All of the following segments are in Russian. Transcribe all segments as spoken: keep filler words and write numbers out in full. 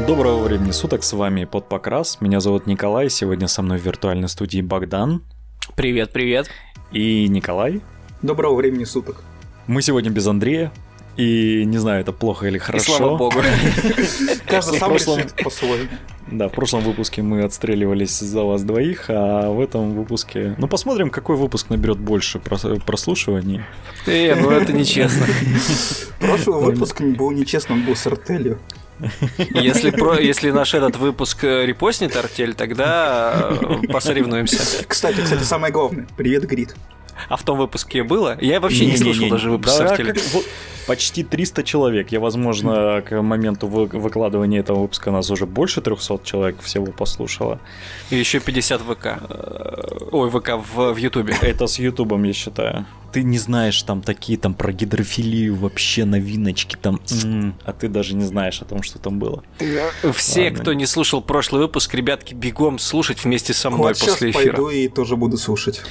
Доброго времени суток, с вами Подпокрас. Меня зовут Николай, сегодня со мной в виртуальной студии Богдан. Привет, привет. И Николай. Доброго времени суток. Мы сегодня без Андрея, и не знаю, это плохо или хорошо. И слава богу. Каждый сам решит по-своему. Да, в прошлом выпуске мы отстреливались за вас двоих, а в этом выпуске... Ну, посмотрим, какой выпуск наберет больше прослушиваний. Э, ну это нечестно. Прошлый выпуск был нечестным, был с артелью. Если, про, если наш этот выпуск репостнет артель, тогда посоревнуемся. Кстати, кстати, самое главное. Привет, Грид. А в том выпуске было? Я вообще не, не слушал не, не, даже выпуск да, с артелью. Как, вот, почти триста человек. Я, возможно, к моменту вы, выкладывания этого выпуска нас уже больше трехсот человек всего послушало. И еще пятьдесят в ВК. Ой, ВК в, в Ютубе. Это с Ютубом, я считаю. Ты не знаешь там такие там про гидрофилию вообще новиночки там, м-м, а ты даже не знаешь о том, что там было. Все, Ладно. Кто не слушал прошлый выпуск, ребятки, бегом слушать вместе со мной вот после эфира. Сейчас пойду и тоже буду слушать.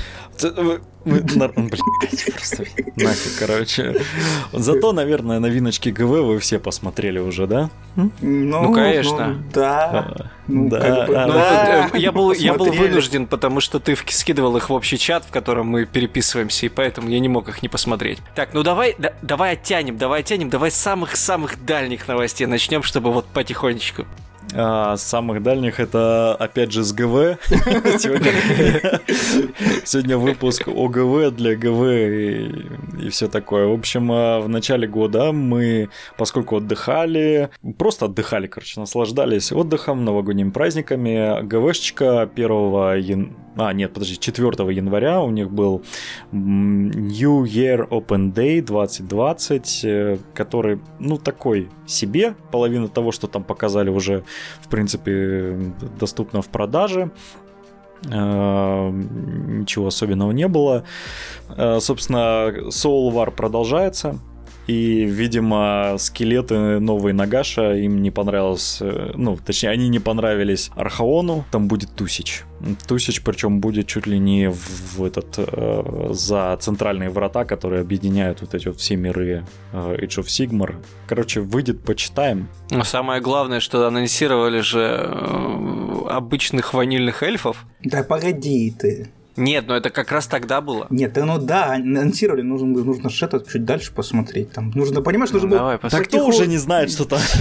Блять, просто нафиг, короче. Зато, наверное, новиночки ГВ вы все посмотрели уже, да? Ну, ну конечно. Ну, да. Ну, да. Как бы, ну, да. Я, был, я был вынужден, потому что ты скидывал их в общий чат, в котором мы переписываемся, и поэтому я не мог их не посмотреть. Так, ну давай, да, давай оттянем, давай оттянем, давай с самых-самых дальних новостей начнем, чтобы вот потихонечку. А, с самых дальних это опять же с ГВ. Сегодня выпуск о ГВ для ГВ и, и все такое. В общем, в начале года мы, поскольку отдыхали, просто отдыхали, короче, наслаждались отдыхом, новогодними праздниками, ГВшечка первого января, а, нет, подожди, четвёртого января у них был New Year Open Day двадцать двадцать, который, ну, такой себе, половина того, что там показали, уже, в принципе, доступно в продаже. Ничего особенного не было. Собственно, Soul War продолжается. И, видимо, скелеты новые Нагаша им не понравилось, ну, точнее, они не понравились Архаону, там будет Тусич. Тусич, причем будет чуть ли не в, в этот, э, за центральные врата, которые объединяют вот эти вот все миры э, Age of Sigmar. Короче, выйдет, почитаем. Но самое главное, что анонсировали же э, обычных ванильных эльфов. Да погоди ты. Нет, но это как раз тогда было. Нет, ну да, анонсировали, нужно, нужно что-то чуть дальше посмотреть. Там нужно, понимаешь, нужно ну, давай, было... Так кто уже не знает, что там?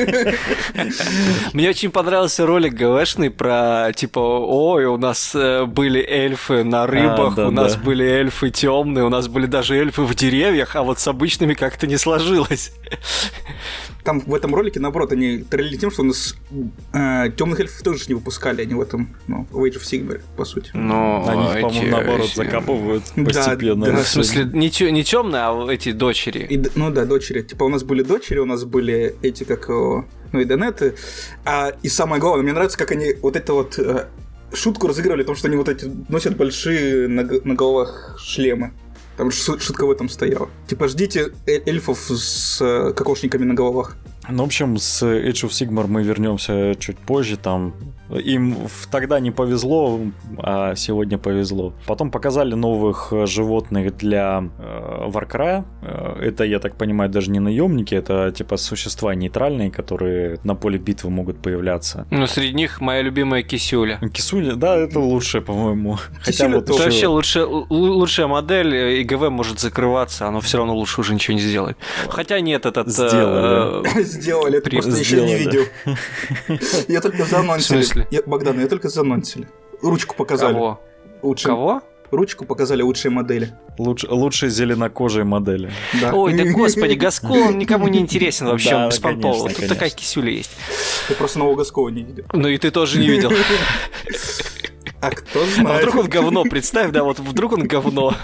Мне очень понравился ролик ГВшный про, типа, ой, у нас были эльфы на рыбах, у нас были эльфы темные, у нас были даже эльфы в деревьях, а вот с обычными как-то не сложилось. Там в этом ролике, наоборот, они троллили тем, что у нас э, темных эльфов тоже не выпускали, они в этом, ну, в Age of Sigmar, по сути. Но они их, по-моему, наоборот, эти... закапывают постепенно. Да, да. В смысле, не, не темные, а эти дочери. И, ну да, дочери. Типа у нас были дочери, у нас были эти, как, ну, и донеты. А, и самое главное, мне нравится, как они вот это вот э, шутку разыгрывали, потому что они вот эти носят большие на, на головах шлемы. Там шутка в этом стояла. Типа, ждите эльфов с э, кокошниками на головах. Ну, в общем, с Age of Sigmar мы вернемся чуть позже. Там им тогда не повезло, а сегодня повезло. Потом показали новых животных для э, Warcry. Это, я так понимаю, даже не наемники, это типа существа нейтральные, которые на поле битвы могут появляться. Ну, среди них моя любимая Кисюля. Кисюля, да, это лучшее, по-моему. Хотя вот это еще... вообще лучше, лучшая модель, и ГВ может закрываться, оно все равно лучше уже ничего не сделает. Хотя нет, этот... Сделали. Сделали, это просто еще не видел. Я только заанонсили. Богдан, я только заанонсили. Ручку показали. Кого? Кого? Ручку показали лучшие модели. Луч, лучшие зеленокожие модели. Да. Ой, да господи, Гаскул, он никому не интересен вообще, он беспонтовый. Тут такая кисюля есть. Ты просто нового Гаскова не видел. Ну и ты тоже не видел. А кто знает. А вдруг он говно, представь, да, вот вдруг он говно.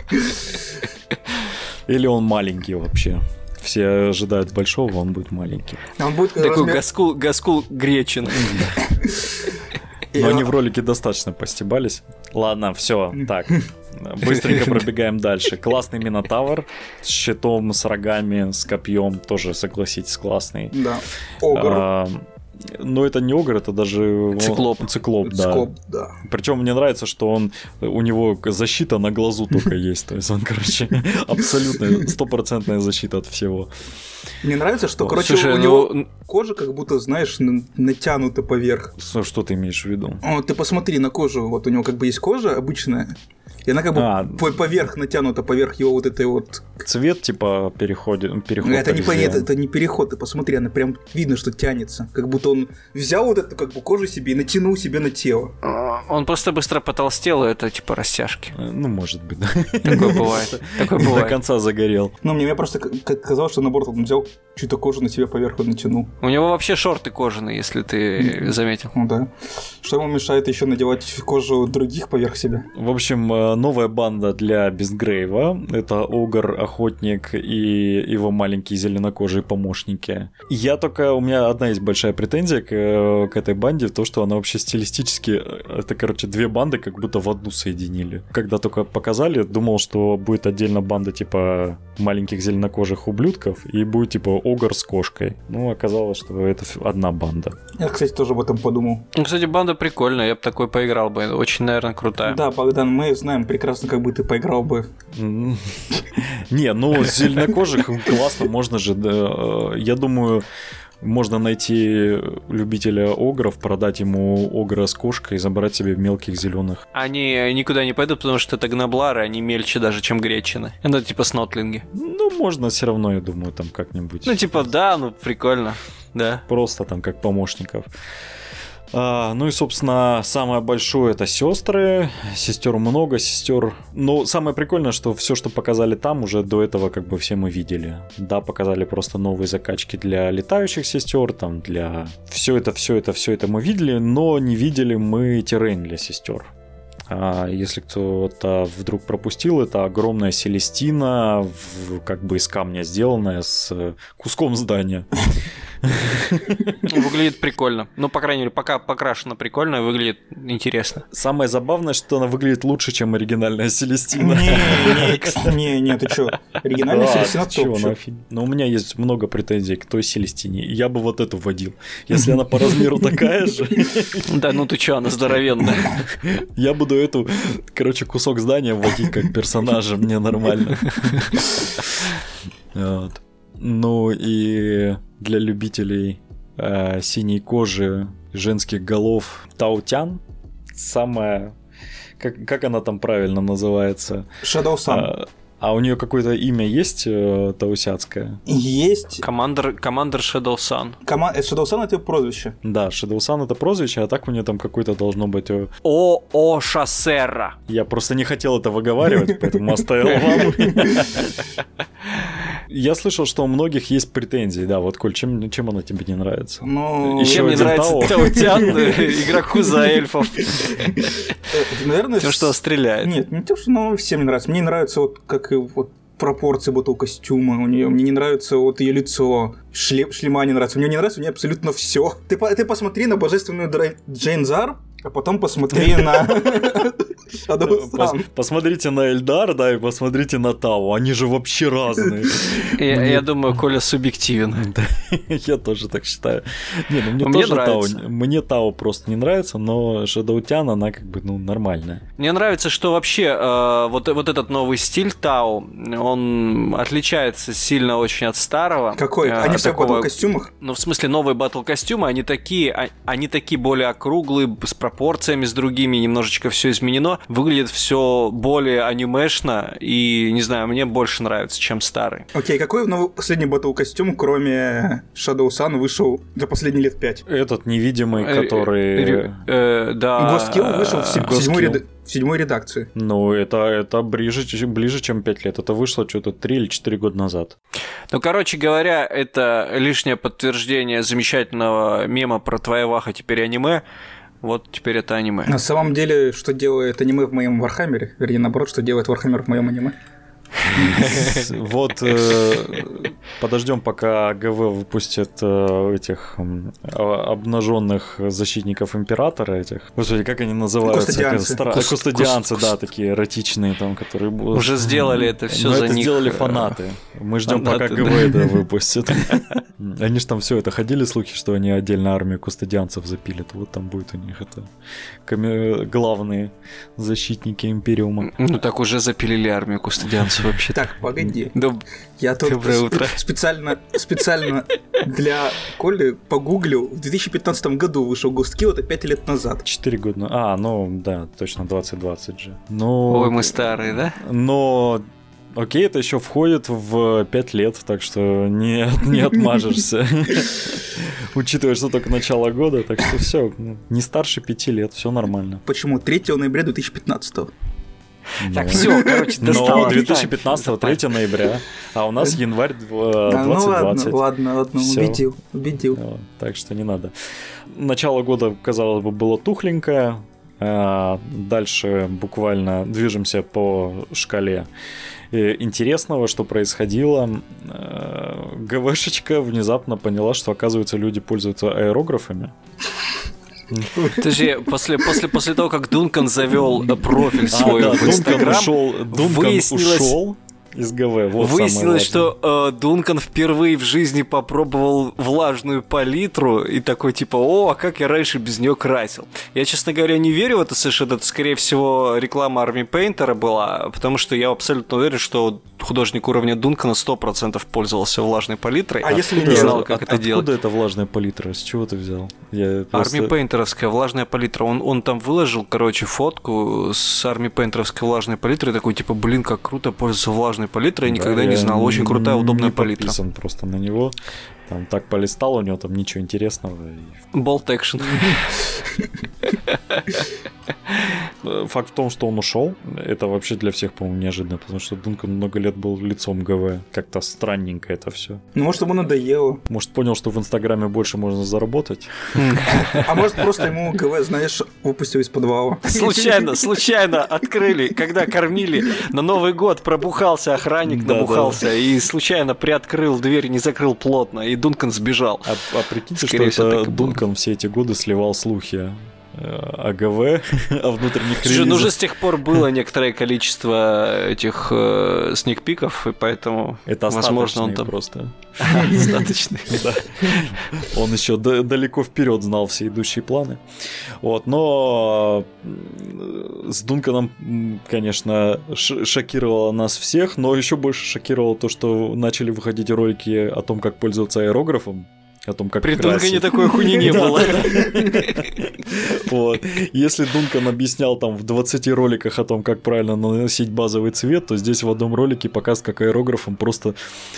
Или он маленький вообще. Все ожидают большого, он будет маленький. Он будет такой размер... Гаскул, Гаскул Гречин. Но они в ролике достаточно постебались. Ладно, все, так. Быстренько пробегаем дальше. Классный Минотавр с щитом, с рогами, с копьем. Тоже, согласитесь, классный. Да. Огр. Но это не огр, это даже... Циклоп. Циклоп, да. Циклоп, да. Причем мне нравится, что он, у него защита на глазу только есть. То есть он, короче, абсолютно стопроцентная защита от всего. Мне нравится, что, О, короче, слушай, у ну... него кожа как будто, знаешь, натянута поверх. Что, что ты имеешь в виду? О, ты посмотри на кожу, вот у него как бы есть кожа обычная, и она как бы А. по- поверх натянута, поверх его вот этой вот... Цвет, типа, переходит, переход. Это не, по- везде. это, это не переход, ты посмотри, она прям видно, что тянется. Как будто он взял вот эту как бы кожу себе и натянул себе на тело. Он просто быстро потолстел, и это типа растяжки. Ну, может быть, да. Такое бывает. Такое Не до бывает. конца загорел. Ну, мне, мне просто к- к- казалось, что наоборот, он взял чью-то кожу на себе поверх и натянул. У него вообще шорты кожаные, если ты заметил. Ну да. Что ему мешает еще надевать кожу других поверх себя? В общем, э, новая банда для Бестгрейва. Это Огр, Охотник и его маленькие зеленокожие помощники. Я только... У меня одна есть большая претензия к, э, к этой банде, то, что она вообще стилистически... э, Это, короче, две банды как будто в одну соединили. Когда только показали, думал, что будет отдельно банда типа маленьких зеленокожих ублюдков и будет типа Огр с кошкой. Ну, оказалось, что это одна банда. Я, кстати, тоже об этом подумал. Ну, кстати, банда прикольная, я бы такой поиграл бы. Очень, наверное, крутая. Да, Богдан, мы знаем прекрасно, как бы ты поиграл бы. Не, ну, с зеленокожих классно, можно же, да, я думаю, можно найти любителя огров, продать ему огра с кошкой и забрать себе мелких зеленых. Они никуда не пойдут, потому что это гноблары, они мельче даже, чем гречины. Это типа снотлинги. Ну, можно все равно, я думаю, там как-нибудь. Ну, типа, да, ну, прикольно, да. Просто там как помощников. А, ну и, собственно, самое большое — это сестры. Сестер много, сестер. Но самое прикольное, что все, что показали там, уже до этого как бы все мы видели. Да, показали просто новые закачки для летающих сестер, там для все это, все это, все это мы видели, но не видели мы террейн для сестер. А если кто-то вдруг пропустил, это огромная Селестина, в, как бы из камня сделанная, с куском здания. Выглядит прикольно. Ну, по крайней мере, пока покрашена прикольно, выглядит интересно. Самое забавное, что она выглядит лучше, чем оригинальная Селестина. Не, не, не, ты чё? Оригинальная Да, Селестина ты чё, топ. она офиг- Но у меня есть много претензий к той Селестине. и Я бы вот эту вводил. Если она по размеру такая же, Да, ну ты чё, она здоровенная. я буду эту, короче, кусок здания вводить как персонажа. Мне нормально. Вот. Ну и для любителей э, синей кожи, женских голов, Таутян, самая... Как, как она там правильно называется? Shadow Sun. А, а у нее какое-то имя есть э, таусяцкое? Есть. Командер, командер Shadow Sun. Кома... э, Shadow Sun — это её прозвище. Да, Шадоусан это прозвище, а так у нее там какое-то должно быть... э, О, О, Шассера. Я просто не хотел это выговаривать, поэтому оставил вам. Я слышал, что у многих есть претензии. Да, вот, Коль, чем, чем она тебе не нравится? Ну, Ещё Чем мне один нравится Тао. Таутян, игроку за эльфов. э, наверное... Тем, что стреляет. Нет, не то, что ну, всем не нравится. Мне не нравится вот как и вот пропорции вот у костюма у нее. Мне не нравится вот ее лицо. Шлем, шлема не нравится. Мне не нравится, мне абсолютно все. Ты, по- ты посмотри на божественную Дра- Джейн Зар, а потом посмотри на Shadow Пос- Sun. Посмотрите на Эльдар, да, и посмотрите на Тау. Они же вообще разные. Я, я думаю, Коля субъективен. Да, я тоже так считаю. Не, ну мне Мне тоже нравится. Тау. Мне Тау просто не нравится, но Шадоутян, она как бы, ну, нормальная. Мне нравится, что вообще э, вот, вот этот новый стиль Тау, он отличается сильно очень от старого. Какой? Э, Они все в такого- батл-костюмах? Ну, в смысле, новые батл-костюмы, они такие, а- они такие более округлые, с пропорциями, с другими, немножечко все изменено. Выглядит все более анимешно, и, не знаю, мне больше нравится, чем старый. Окей, какой новый последний батл-костюм, кроме Shadow Sun, вышел за последние лет пять? Этот невидимый, Э, который... э, э, да. Гостkill вышел в се- в Ghost седьмой Kill. реда- в седьмой редакции. Ну, это, это ближе, чем- ближе, чем пять лет. Это вышло что-то три или четыре года назад. Ну, короче говоря, это лишнее подтверждение замечательного мема про «Твоя ваха теперь аниме». Вот теперь это аниме. На самом деле, что делает аниме в моем Вархаммере? Вернее, наоборот, что делает Вархаммер в моем аниме? Вот э, подождем, пока ГВ выпустит э, этих м, а- обнаженных защитников императора этих. Господи, как они называются? Кустодианцы. Стара- Кус- Кустодианцы, кус- да, такие эротичные там, которые будут. Уже сделали это все Но за это них. сделали фанаты. Мы ждем, пока Фанаты, ГВ да. это выпустит. Они же там все это ходили слухи, что они отдельно армию кустодианцев запилят. Вот там будет у них это коми... главные защитники Империума. Ну так уже запилили армию кустодианцев вообще. Так, погоди. Доб... Я тут Доброе утро. специально, специально для Коли погуглил. В две тысячи пятнадцатом году вышел Ghost Kill, это пять лет назад. Четыре года. А, ну да, точно, двадцать двадцать же. Но... Ой, мы старые, да? Но... Окей, это еще входит в пять лет, так что не, не отмажешься. Учитывая, что только начало года, так что все, не старше пяти лет, все нормально. Почему? третьего ноября две тысячи пятнадцатого. Так, все, короче, достало. Но две тысячи пятнадцатого, третьего ноября, а у нас январь двадцать двадцать. Ну ладно, ладно, убедил, убедил. Так что не надо. Начало года, казалось бы, было тухленькое. Дальше буквально движемся по шкале интересного, что происходило. ГВшечка внезапно поняла, что, оказывается, люди пользуются аэрографами. Подожди, после, после, после того, как Дункан завел профиль свой а, да, в Инстаграм, ушел, выяснилось... ушел из ГВ. Вот выяснилось, что э, Дункан впервые в жизни попробовал влажную палитру и такой типа, о, а как я раньше без нее красил. Я, честно говоря, не верю в это совершенно. Это, скорее всего, реклама Army Painter была, потому что я абсолютно уверен, что художник уровня Дункана сто процентов пользовался влажной палитрой. А, а если не знал, как от, это делать. Откуда эта влажная палитра? С чего ты взял? Я просто... Army Painter'овская влажная палитра. Он, он там выложил, короче, фотку с Army Painter'овской влажной палитрой. Такой, типа, блин, как круто пользоваться влажной палитрой. Я никогда да, не знал. Очень крутая, удобная не палитра. Подписан просто на него. Там так полистал, у него там ничего интересного. Bolt Action. Факт в том, что он ушел, это вообще для всех, по-моему, неожиданно, потому что Дункан много лет был лицом ГВ. Как-то странненько это все. Ну, может, ему надоело. Может, понял, что в Инстаграме больше можно заработать. А может, просто ему ГВ, знаешь, выпустил из подвала. Случайно, случайно открыли, когда кормили на Новый год, пробухался охранник, набухался и случайно приоткрыл дверь, не закрыл плотно, и Дункан сбежал. А, а прикиньте, Скорее что это Дункан все эти годы сливал слухи о ГВ, о внутренних релизах. Ну, уже с тех пор было некоторое количество этих э, сникпиков, и поэтому, это возможно, он там... просто. Остаточный. Да. Он еще д- далеко вперед знал все идущие планы. Вот, но с Дунканом, конечно, ш- шокировало нас всех, но еще больше шокировало то, что начали выходить ролики о том, как пользоваться аэрографом. О том, как При Дункане такой хуйни не было. Вот. Если Дункан объяснял там в двадцати роликах о том, как правильно наносить базовый цвет, то здесь в одном ролике показывают, как аэрографом просто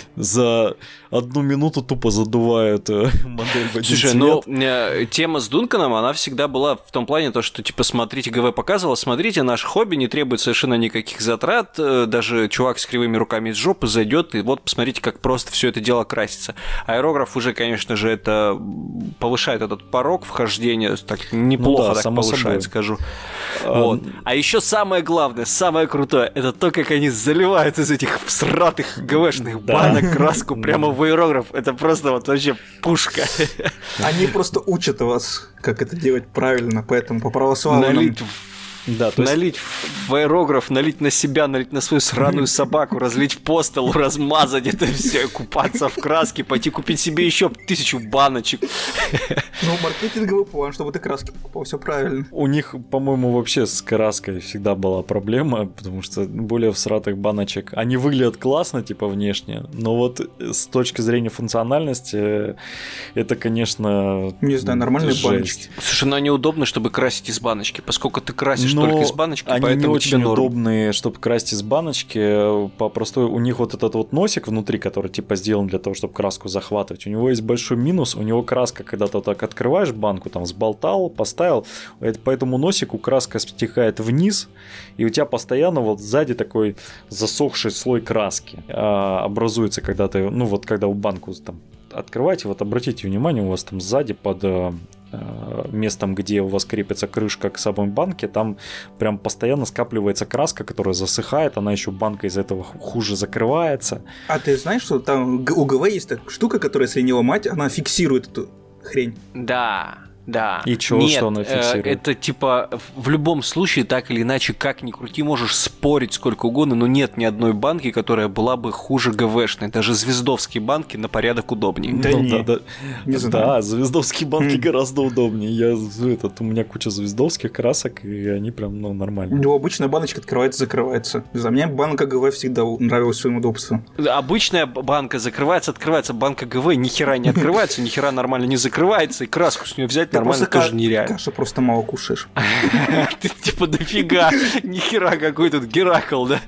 за одну минуту тупо задувают модель в один Слушай, цвет. ну, тема с Дунканом, она всегда была в том плане, то, что, типа, смотрите, ГВ показывал, смотрите, наше хобби не требует совершенно никаких затрат, даже чувак с кривыми руками из жопы зайдет, и вот посмотрите, как просто все это дело красится. Аэрограф уже, конечно же, это повышает этот порог вхождения, так неплохо ну да, так повышает, собой. Скажу. А... Вот. А еще самое главное, самое крутое, это то, как они заливают из этих сратых ГВшных да. банок краску прямо в аэрограф. Это просто вот вообще пушка. Они просто учат вас, как это делать правильно, поэтому по православному. Налить Да, то налить есть... в аэрограф, налить на себя, налить на свою сраную собаку, разлить по столу, размазать это все, купаться в краске, пойти купить себе еще тысячу баночек. Ну, маркетинговый план, чтобы ты краски покупал, все правильно. У них, по-моему, вообще с краской всегда была проблема, потому что более всратых баночек, они выглядят классно, типа, внешне, но вот с точки зрения функциональности это, конечно, не знаю, нормальные жесть. баночки. Слушай, ну они удобны, чтобы красить из баночки, поскольку ты красишь но только из баночки, они поэтому не очень тебе норм. удобные, чтобы красить из баночки. По простой, у них вот этот вот носик внутри, который типа сделан для того, чтобы краску захватывать. У него есть большой минус. У него краска, когда ты так открываешь банку, там сболтал, поставил, по этому носику краска стекает вниз, и у тебя постоянно вот сзади такой засохший слой краски а, образуется, когда ты, ну вот когда у банку там открываете, вот обратите внимание, у вас там сзади под местом, где у вас крепится крышка к самой банке, там прям постоянно скапливается краска, которая засыхает, она еще банка из этого хуже закрывается. А ты знаешь, что там у ГВ есть такая штука, которая, если не ломать, она фиксирует эту хрень? Да. Да. И чё, Нет, что она фиксирует? Э, это типа в любом случае, так или иначе, как ни крути, можешь спорить сколько угодно, но нет ни одной банки, которая была бы хуже ГВшной. Даже звездовские банки на порядок удобнее. Да, ну, не, да, да. не знаю. Да, звездовские банки Mm. гораздо удобнее. Я, этот, у меня куча звездовских красок, и они прям ну, нормальные. У него обычная баночка открывается, закрывается. За меня банка ГВ всегда нравилась своим удобством. Обычная банка закрывается, открывается, банка ГВ ни хера не открывается, ни хера нормально не закрывается, и краску с нее взять Ты нормально просто тоже нереально. Каша просто мало кушаешь. Ты типа дофига, ни хера какой тут Геракл, да?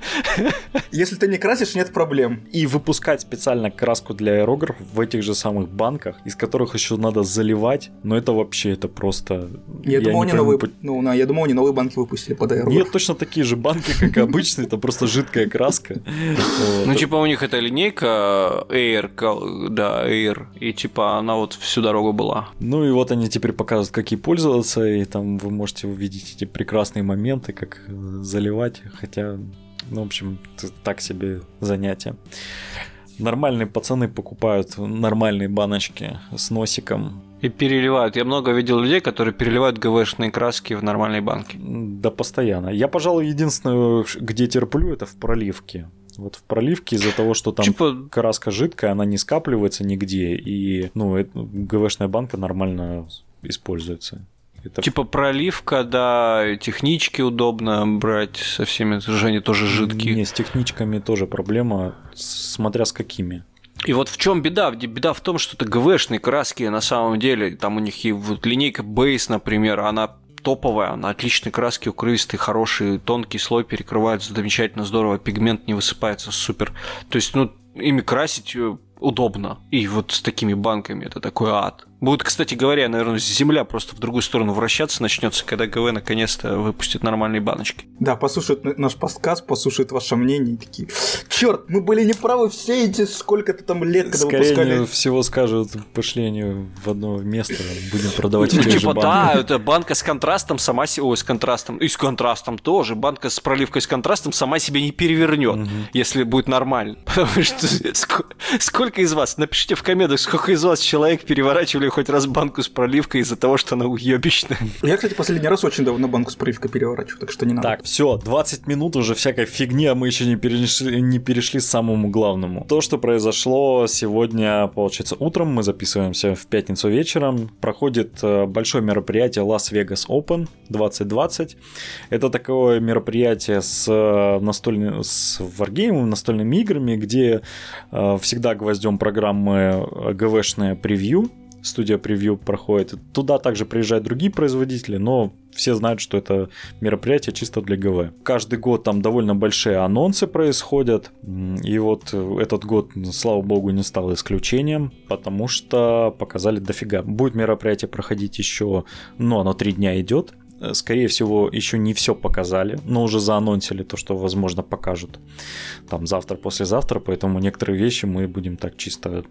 Если ты не красишь, нет проблем. И выпускать специально краску для аэрографов в этих же самых банках, из которых еще надо заливать, но это вообще, это просто... Я, думал, не они новые, пойму, ну, на, я думал, они новые банки выпустили под аэрограф. Нет, точно такие же банки, как и обычные, это просто жидкая краска. Ну, типа, у них эта линейка Air, да, Air, и типа она вот всю дорогу была. Ну и вот они теперь показывают, как ей пользоваться, и там вы можете увидеть эти прекрасные моменты, как заливать, хотя, ну, в общем, так себе занятие. Нормальные пацаны покупают нормальные баночки с носиком. И переливают. Я много видел людей, которые переливают ГВшные краски в нормальные банки. Да, постоянно. Я, пожалуй, единственное, где терплю, это в проливке. Вот в проливке из-за того, что там типа... краска жидкая, она не скапливается нигде, и ну, это, ГВшная банка нормально используется. Это... Типа проливка, да, технички удобно брать со всеми, это же они тоже жидкие. Не, с техничками тоже проблема, смотря с какими. И вот в чем беда? Беда в том, что это ГВшные краски на самом деле, там у них и вот линейка Base, например, она топовая, она отличные краски, укрывистые, хорошие, тонкий слой перекрываются замечательно, здорово, пигмент не высыпается, супер. То есть, ну, ими красить удобно. И вот с такими банками это такой ад. Будет, кстати говоря, наверное, Земля просто в другую сторону вращаться начнется, когда ГВ наконец-то выпустит нормальные баночки. Да, послушают наш подкаст, послушают ваше мнение и такие: черт, мы были неправы все эти сколько-то там лет, когда Скорее выпускали. всего скажут, пошли они в одно место, будем продавать в Ну, тех же типа, банках. да, это банка с контрастом сама себе... Ой, с контрастом. И с контрастом тоже. Банка с проливкой с контрастом сама себя не перевернет, угу. если будет нормально. Потому что сколько из вас, напишите в комментах, сколько из вас человек переворачивали хоть раз банку с проливкой из-за того, что она уебищная. Я, кстати, последний раз очень давно банку с проливкой переворачиваю, так что не надо. Так, все, двадцать минут уже всякой фигни, а мы еще не перешли, не перешли к самому главному. То, что произошло сегодня, получается, утром, мы записываемся в пятницу вечером, проходит большое мероприятие Las Vegas Open двадцать двадцать. Это такое мероприятие с настольными, с варгеймом, настольными играми, где всегда гвоздем программы ГВшное превью. Студия превью проходит. Туда также приезжают другие производители, но все знают, что это мероприятие чисто для ГВ. Каждый год там довольно большие анонсы происходят. И вот этот год, слава богу, не стал исключением, потому что показали дофига. Будет мероприятие проходить еще, но оно три дня идет. Скорее всего, еще не все показали, но уже заанонсили то, что, возможно, покажут там завтра, послезавтра, поэтому некоторые вещи мы будем так чисто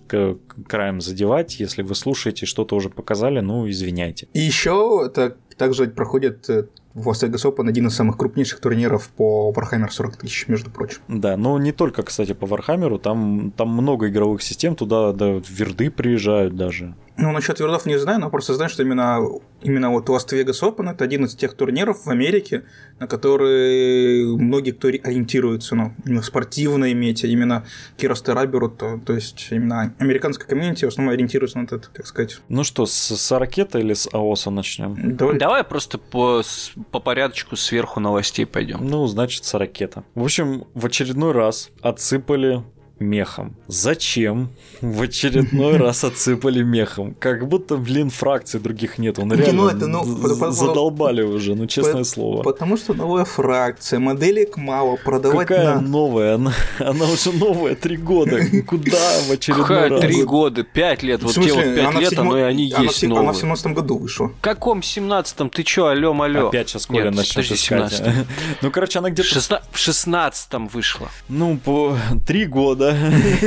краем задевать. Если вы слушаете, что-то уже показали, ну, извиняйте. И еще это также проходит в Las Vegas Open один из самых крупнейших турниров по Warhammer сорок тысяч, между прочим. Да, но не только, кстати, по Warhammer, там, там много игровых систем, туда да, верды приезжают даже. Ну, насчет вердов не знаю, но просто знаю, что именно, именно вот Las Vegas Open — это один из тех турниров в Америке, на которые многие, кто ориентируется, ну, именно в спортивной мете, именно Киростера берут, то, то есть именно американская комьюнити в основном ориентируется на этот, так сказать. Ну что, с, с ракеты или с АОСа начнем? Давай, Давай просто по, по порядочку сверху новостей пойдем. Ну, значит, с ракета. В общем, в очередной раз отсыпали мехом. Зачем в очередной раз отсыпали мехом? Как будто, блин, фракций других нет. Он реально ну, это, ну, задолбали уже, ну, честное по- слово. Потому что новая фракция, моделек мало, продавать Какая на... новая? Она, она уже новая, три года. Куда в очередной Какая раз? три года? Пять лет. Вот те вот пять лет, седьмо... оно и они она есть в... новые. Она в семнадцатом году вышла. В каком семнадцатом? Ты чё, алё, малё? Опять сейчас Коля Нет, начнет подожди, искать. семнадцатом. Ну, короче, она где-то... Шестна... В шестнадцатом вышла. Ну, по три года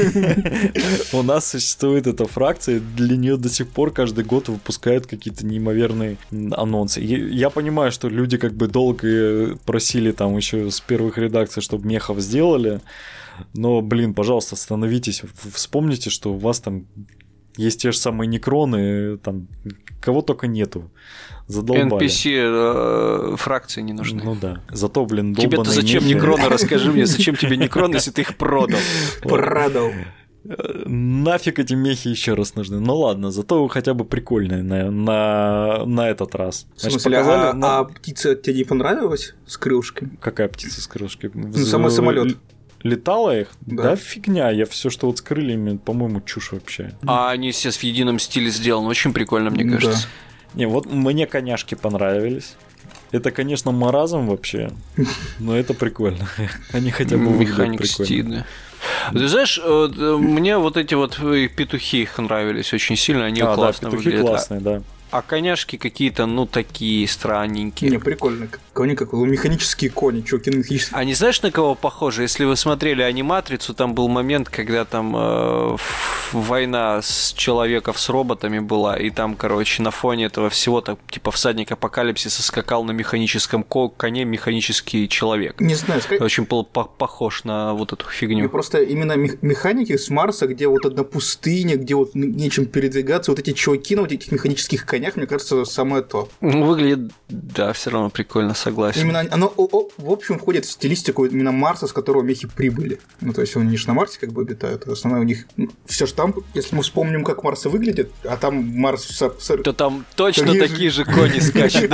у нас существует эта фракция, для нее до сих пор каждый год выпускают какие-то неимоверные анонсы. Я понимаю, что люди как бы долго просили там еще с первых редакций, чтобы мехов сделали, но, блин, пожалуйста, остановитесь, вспомните, что у вас там Есть те же самые некроны, там, кого только нету. Задолбали. эн пи си э, фракции не нужны. Ну да. Зато, блин, долбаные Тебе-то зачем мехи. некроны? Расскажи мне, зачем тебе некроны, если ты их продал? Продал. Нафиг эти мехи еще раз нужны. Ну ладно, зато хотя бы прикольные на, на, на этот раз. В смысле, показали, а, ну, а птица тебе не понравилась с крылышками? Какая птица с крылышками? Ну, самый самолет. Летала их? Да. Да, фигня. Я все, что вот с крыльями, по-моему, чушь вообще. А они все в едином стиле сделаны. Очень прикольно, мне кажется. Не, вот мне коняшки понравились. Это, конечно, маразм вообще, но это прикольно. Они хотя бы выглядят прикольно. Стильный. Ты знаешь, мне вот эти вот петухи их нравились очень сильно, они а, классно да, петухи выглядят. классные, да. А коняшки какие-то, ну, такие странненькие. Не, прикольно. Кони как механические кони, чуваки, механические. А не знаешь, на кого похоже? Если вы смотрели аниматрицу, там был момент, когда там э, война с человеков с роботами была, и там, короче, на фоне этого всего, так, типа, всадник апокалипсиса скакал на механическом коне механический человек. Не знаю, сказать... Очень был похож на вот эту фигню. И просто именно механики с Марса, где вот одна пустыня, где вот нечем передвигаться, вот эти чуваки на вот этих механических конях, мне кажется, самое то. Ну, выглядит, да, все равно прикольно, согласен. Именно оно, в общем, входит в стилистику именно Марса, с которого мехи прибыли. Ну, то есть, они же на Марсе как бы обитают. Основное у них все же там, если мы вспомним, как Марс выглядит, а там Марс... То там точно такие же кони скачут.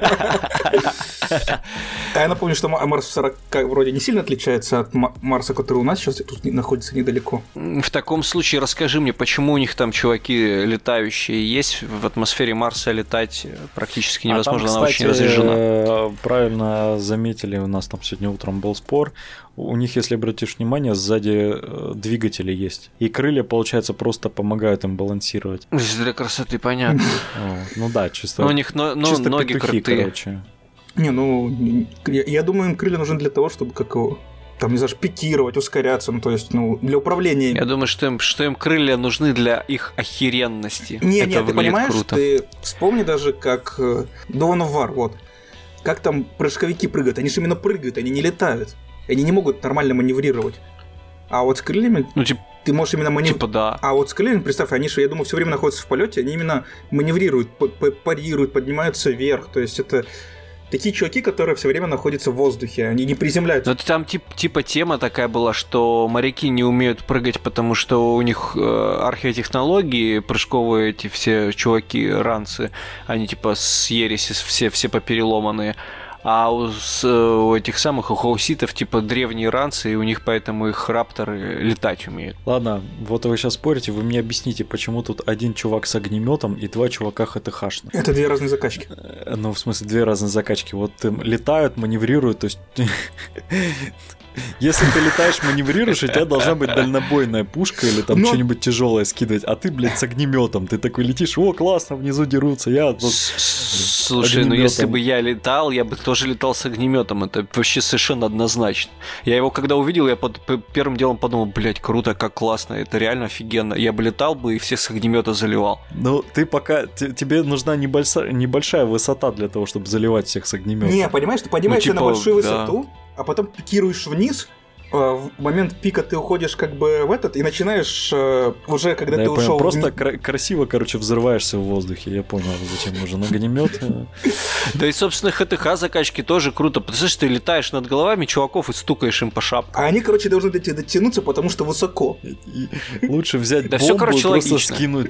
А я напомню, что Марс сорок вроде не сильно отличается от Марса, который у нас сейчас тут находится недалеко. В таком случае расскажи мне, почему у них там чуваки летающие есть в атмосфере Марса, летать практически невозможно, а там, она кстати, очень разряжена. Правильно заметили, у нас там сегодня утром был спор. У них, если обратишь внимание, сзади двигатели есть. И крылья, получается, просто помогают им балансировать. Для красоты, понятно. О, ну да, чисто. Но у них но, но, чисто ноги петухи, крутые. Короче. Не, ну, я, я думаю, им крылья нужны для того, чтобы как его... Там, не знаю, пикировать, ускоряться, ну, то есть, ну, для управления. Я думаю, что им, что им крылья нужны для их охеренности. Не, Это не, ты понимаешь, круто. ты вспомни даже, как Dawn of War, вот. Как там прыжковики прыгают, они же именно прыгают, они не летают. Они не могут нормально маневрировать. А вот с крыльями... Ну, типа, ты можешь именно маневрировать. Типа, да. А вот с крыльями, представь, они же, я думаю, все время находятся в полете, они именно маневрируют, парируют, поднимаются вверх. То есть это такие чуваки, которые все время находятся в воздухе, они не приземляются. Но там тип, типа тема такая была, что моряки не умеют прыгать, потому что у них э, археотехнологии, прыжковые эти все чуваки, ранцы, они типа с ереси все, все попереломанные. А у, с, у этих самых, у хауситов, типа, древние ранцы, и у них поэтому их рапторы летать умеют. Ладно, вот вы сейчас спорите, вы мне объясните, почему тут один чувак с огнеметом и два чувака ХТХшных. Это две разные закачки. Ну, в смысле, две разные закачки. Вот им летают, маневрируют, то есть... Если ты летаешь, маневрируешь, у тебя должна быть дальнобойная пушка или там Но... что-нибудь тяжелое скидывать, а ты, блядь, с огнеметом. Ты такой летишь, о, классно, внизу дерутся, я вот Слушай, ну если бы я летал, я бы тоже летал с огнеметом. Это вообще совершенно однозначно. Я его когда увидел, я под, первым делом подумал, блядь, круто, как классно, это реально офигенно. Я бы летал бы и всех с огнемета заливал. Ну, ты пока... Тебе нужна небольшая, небольшая высота для того, чтобы заливать всех с огнемета. Не, понимаешь, ты поднимаешься ну, типа, на большую да. высоту, а потом пикируешь вниз, в момент пика ты уходишь как бы в этот и начинаешь уже, когда да, ты ушел... Просто в... кра- красиво, короче, взрываешься в воздухе, я понял, зачем нужен огнемет. Да и, собственно, ХТХ закачки тоже круто, потому что ты летаешь над головами чуваков и стукаешь им по шапкам. А они, короче, должны до тебя дотянуться, потому что высоко. Лучше взять да бомбу все, короче, и просто логично. скинуть.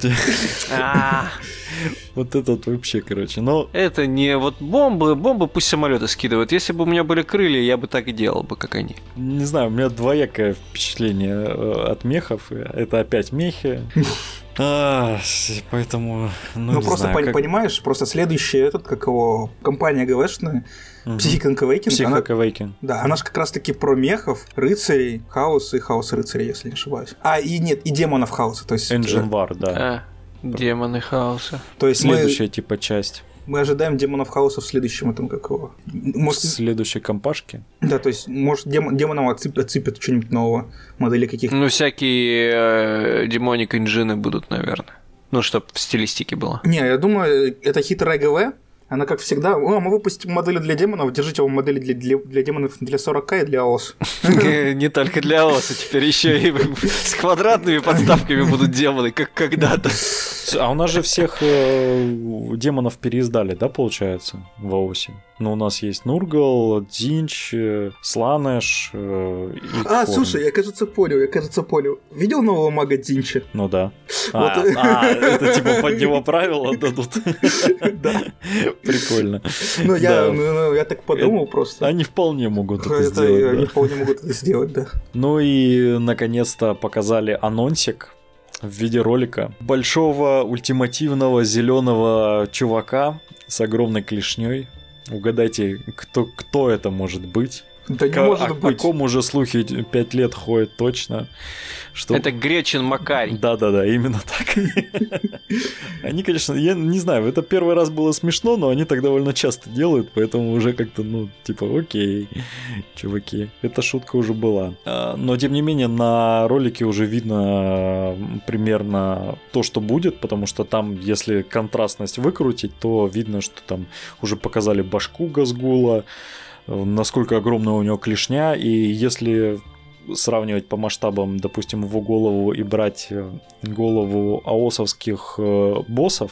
Вот это вот вообще, короче, но... Это не вот бомбы, бомбы пусть самолеты скидывают. Если бы у меня были крылья, я бы так и делал бы, как они. Не знаю, у меня двоякое впечатление от мехов. Это опять мехи. А, поэтому, ну, ну не просто знаю, пон- как... понимаешь, просто следующий этот, как его, компания ГВшная, угу. Psychic Awakening. Psychic Awakening. Она, да, она же как раз-таки про мехов, рыцарей, хаос и хаос рыцарей, если не ошибаюсь. А, и нет, и демонов хаоса, то есть... Engine War, да. А, демоны хаоса. То есть следующая мы... типа часть. Мы ожидаем демонов хаоса в следующем этом, как его... Может... В следующей компашке? Да, то есть, может, дем... демонам отсып... отсыпят что-нибудь нового, модели каких-то... Ну, всякие э, демоник инжины будут, наверное. Ну, чтоб в стилистике было. Не, я думаю, это хитрая ГВ, Она, как всегда, о, мы выпустим модели для демонов, держите вам модели для, для, для демонов для сорок и для АОС. Не только для АОСа, теперь еще и с квадратными подставками будут демоны, как когда-то. А у нас же всех демонов переиздали, да, получается, в АОСе? Ну, у нас есть Нургал, Дзинч, Сланеш и А, слушай, я, кажется, понял, я, кажется, понял. Видел нового мага Дзинча? Ну да. А, это типа под него правила дадут? Да. Прикольно. Ну, я так подумал просто. Они вполне могут это сделать. Они вполне могут это сделать, да. Ну и, наконец-то, показали анонсик в виде ролика большого ультимативного зеленого чувака с огромной клешней. Угадайте, кто, кто это может быть? Да не К- может о, быть. О ком уже слухи пять лет ходят точно. Что... Это Гречин Макарий. Да-да-да, именно так. Они, конечно, я не знаю, это первый раз было смешно, но они так довольно часто делают, поэтому уже как-то, ну, типа, окей, чуваки, эта шутка уже была. Но, тем не менее, на ролике уже видно примерно то, что будет, потому что там, если контрастность выкрутить, то видно, что там уже показали башку Газгула, насколько огромная у него клешня, и если сравнивать по масштабам, допустим, его голову и брать голову аосовских боссов,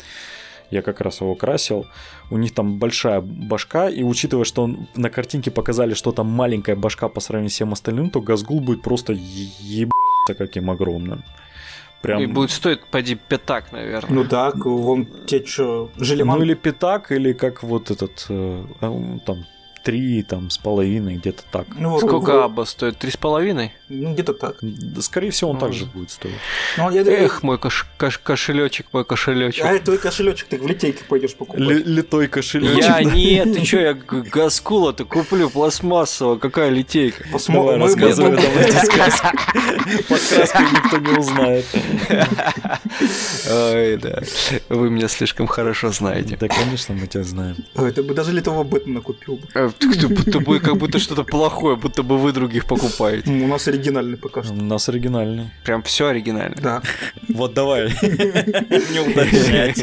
я как раз его красил, у них там большая башка, и учитывая, что он, на картинке показали, что там маленькая башка по сравнению с всем остальным, то Газгул будет просто ебаться каким огромным. Прям... И будет стоить, поди, пятак, наверное. Ну да, вон те, что, Желеман. Ну или пятак, или как вот этот, э, там, три там, с половиной, где-то так. Ну, Сколько вот, Абба стоит? Три с половиной? Ну, где-то так. Да, скорее всего, он Ну, также будет стоить. Ну, я... Эх, мой кош- кош- кошелечек, мой кошелечек. А твой кошелечек ты в литейке пойдешь покупать. Л- литой кошелечек. Я нет, ты чё, я г- Газкула-то куплю пластмассового, какая литейка? Давай, Посмотрим. рассказывай, давайте сказку. Под краской никто не узнает. Ой, да. Вы меня слишком хорошо знаете. Да, конечно, мы тебя знаем. Ой, ты бы даже литого Бэтмена купил бы. Э, ты- ты Будто бы как будто что-то плохое, будто бы вы других покупаете. У нас оригинальный пока что. У нас оригинальный. Прям все оригинально. Да. Вот давай. Не уточнять.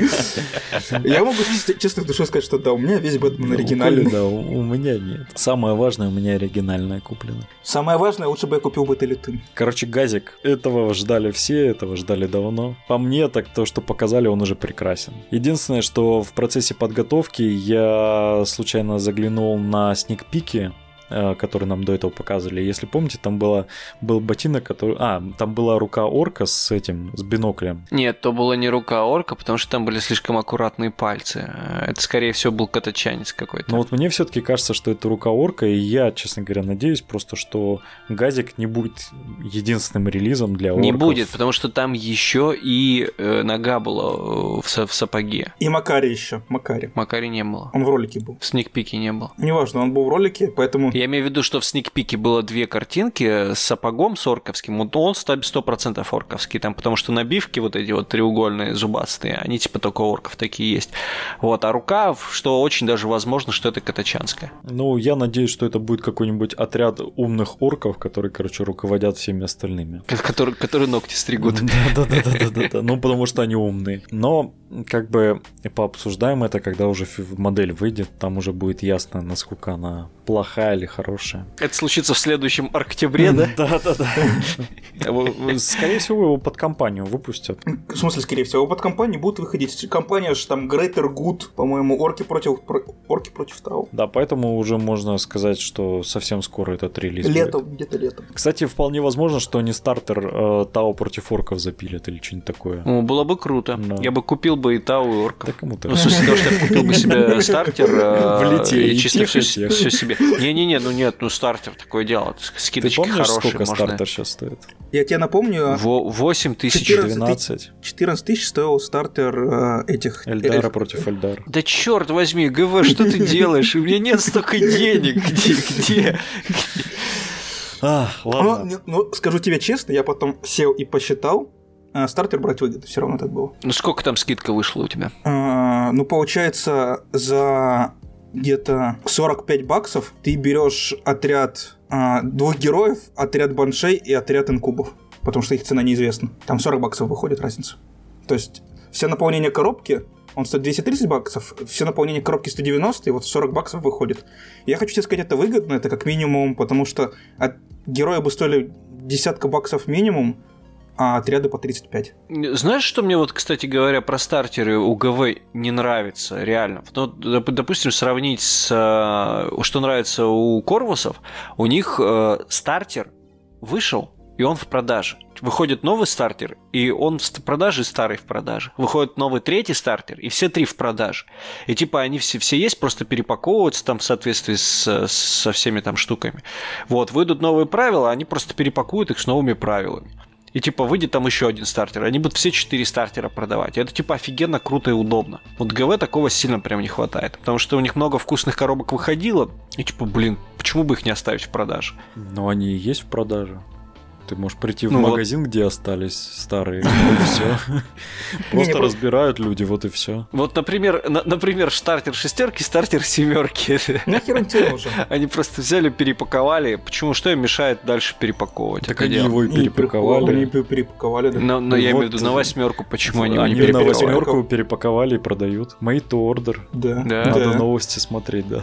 Я могу с честной душой сказать, что да, у меня весь Бэтмен У Коли, оригинальный. да, у у меня нет. Самое важное, у меня оригинальное куплено. Самое важное, лучше бы я купил бы Телетын. Короче, газик. Этого ждали все, этого ждали давно. По мне, так то, что показали, он уже прекрасен. Единственное, что в процессе подготовки я случайно заглянул на сникпики, э, которые нам до этого показывали. Если помните, там была, был ботинок, который... А, там была рука орка с этим, с биноклем. Нет, то была не рука орка, потому что там были слишком аккуратные пальцы. Это, скорее всего, был катачанец какой-то. Но вот мне все-таки кажется, что это рука орка, и я, честно говоря, надеюсь просто, что газик не будет единственным релизом для орков. Не будет, потому что там еще и э, нога была э, в, со- в сапоге. И Макари еще. Макари. Макари не было. Он в ролике был. В сникпике не было. Неважно, он был в ролике, поэтому... Я имею в виду, что в сникпике было две картинки с сапогом, с орковским. Вот он сто процентов орковский, там, потому что набивки вот эти вот треугольные, зубастые, они типа только у орков такие есть. Вот, а рука, что очень даже возможно, что это катачанская. Ну, я надеюсь, что это будет какой-нибудь отряд умных орков, которые, короче, руководят всеми остальными. Которые, которые ногти стригут. Да-да-да-да-да. Ну, потому что они умные. Но, как бы, пообсуждаем это, когда уже фи- модель выйдет, там уже будет ясно, насколько она плохая или хорошая. Это случится в следующем октябре, да? Да-да-да. Скорее всего, его под компанию выпустят. В смысле, скорее всего, под компанией будут выходить. Компания же там Greater Good, по-моему, орки против, про- орки против Тау. Да, поэтому уже можно сказать, что совсем скоро этот релиз будет. Летом, где-то летом. Кстати, вполне возможно, что они стартер э, Тау против орков запилят или что-нибудь такое. О, было бы круто. Да. Я бы купил бы и Тау, и орков. Да кому-то. Ну, в смысле, того, что я купил бы себе стартер э, В лите, и и чисто тех, все, и тех. все себе. Не-не-не, ну нет, ну стартер, такое дело. Ты Скидочки помнишь, хорошие. сколько можно. стартер сейчас стоит? Я тебе напомню, Во- восемь тысяч. четырнадцать. двенадцать. четырнадцать тысяч стоил стартер э, этих... Эльдара эльф. против Эльдара. Да черт возьми, ГВ, что ты делаешь? У меня нет столько денег. Где? Где? А, Ну, ладно. нет, ну, скажу тебе честно, я потом сел и посчитал, а, стартер брать выгодно, все равно так было. Ну сколько там скидка вышла у тебя? А, ну, получается, за где-то сорок пять баксов ты берешь отряд а, двух героев, отряд баншей и отряд инкубов, потому что их цена неизвестна. Там сорок баксов выходит разница. То есть все наполнение коробки он стоит двести тридцать баксов, все наполнение коробки сто девяносто, и вот сорок баксов выходит. Я хочу тебе сказать, это выгодно, это как минимум, потому что от героя бы стоили десятка баксов минимум, а отряды по тридцать пять. Знаешь, что мне вот, кстати говоря, про стартеры у ГВ не нравится, реально? Ну, допустим, сравнить с... Что нравится у Корвусов, у них э, стартер вышел, и он в продаже. Выходит новый стартер, и он в продаже, старый в продаже. Выходит новый третий стартер, и все три в продаже. И типа они все, все есть, просто перепаковываются там в соответствии с, со всеми там штуками. Вот, выйдут новые правила, они просто перепакуют их с новыми правилами. И типа выйдет там еще один стартер. Они будут все четыре стартера продавать. И это типа офигенно круто и удобно. Вот ГВ такого сильно прям не хватает. Потому что у них много вкусных коробок выходило. И типа, блин, почему бы их не оставить в продаже? Но они и есть в продаже. Ты можешь прийти в ну магазин, вот. Где остались старые, и все. Просто разбирают люди, вот и все. Вот, например, например, стартер шестерки, стартер семерки. Нахер он тебе нужен? Они просто взяли, перепаковали. Почему? Что им мешает дальше перепаковывать? Так они его и перепаковали. Они перепаковали, да. Но я имею в виду на восьмерку, почему они его не перепаковали? перепаковали? На восьмерку перепаковали и продают. Made to order. Да. Надо новости смотреть, да.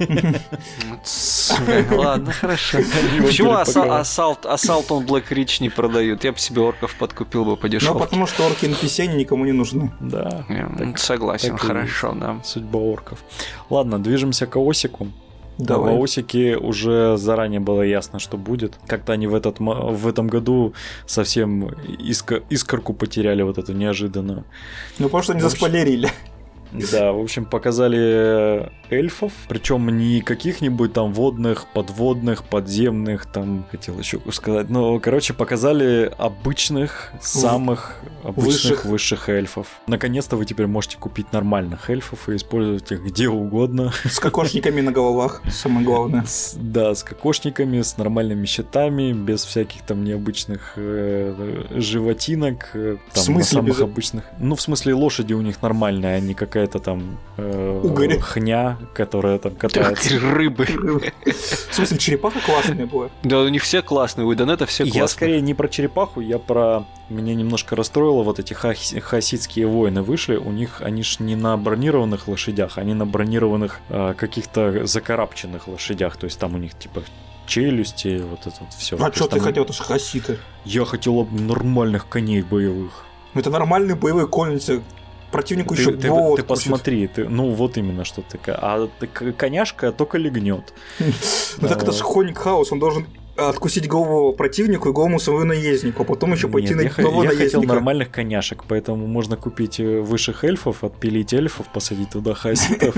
Ладно, хорошо. Почему Assault on Black Ridge не продают? Я бы себе орков подкупил бы по дешевке. Ну, потому что орки эн пи си, они никому не нужны. Да. Так, согласен, так хорошо, да. Судьба орков. Ладно, движемся к ООСику. Давай. В ООСике уже заранее было ясно, что будет. Как-то они в, этот, в этом году совсем иск, искорку потеряли вот эту неожиданную. Ну, потому что они заспойлерили. Да, в общем, показали эльфов, причем не каких-нибудь там водных, подводных, подземных, там, хотел еще сказать, но, короче, показали обычных, самых обычных высших. высших эльфов. Наконец-то вы теперь можете купить нормальных эльфов и использовать их где угодно. С кокошниками на головах, самое главное. С, да, с кокошниками, с нормальными щитами, без всяких там необычных э, животинок. Э, там, в смысле? Самых без... обычных. Ну, в смысле, лошади у них нормальные, а не какая-то там э, хня, которая там катается. Рыбы. В смысле, черепаха классная была? Да, у них все классные, у Идонета все классные. Я скорее не про черепаху, я про... Меня немножко расстроило, вот эти хасидские воины вышли, у них, они ж не на бронированных лошадях, они на бронированных э, каких-то закарабченных лошадях, то есть там у них типа челюсти, вот это вот все. А что ты хотел, это же хаситы. Я хотел нормальных коней боевых. Это нормальные боевые конницы. Противнику ты, еще ты, вот ты посмотри, ты, ну вот именно что ты. А ты, коняшка только легнет. Ну так это же Хоник Хаус, он должен откусить голову противнику и голову своему наезднику, а потом еще пойти на голову наездника. Я хотел нормальных коняшек, поэтому можно купить высших эльфов, отпилить эльфов, посадить туда хаситов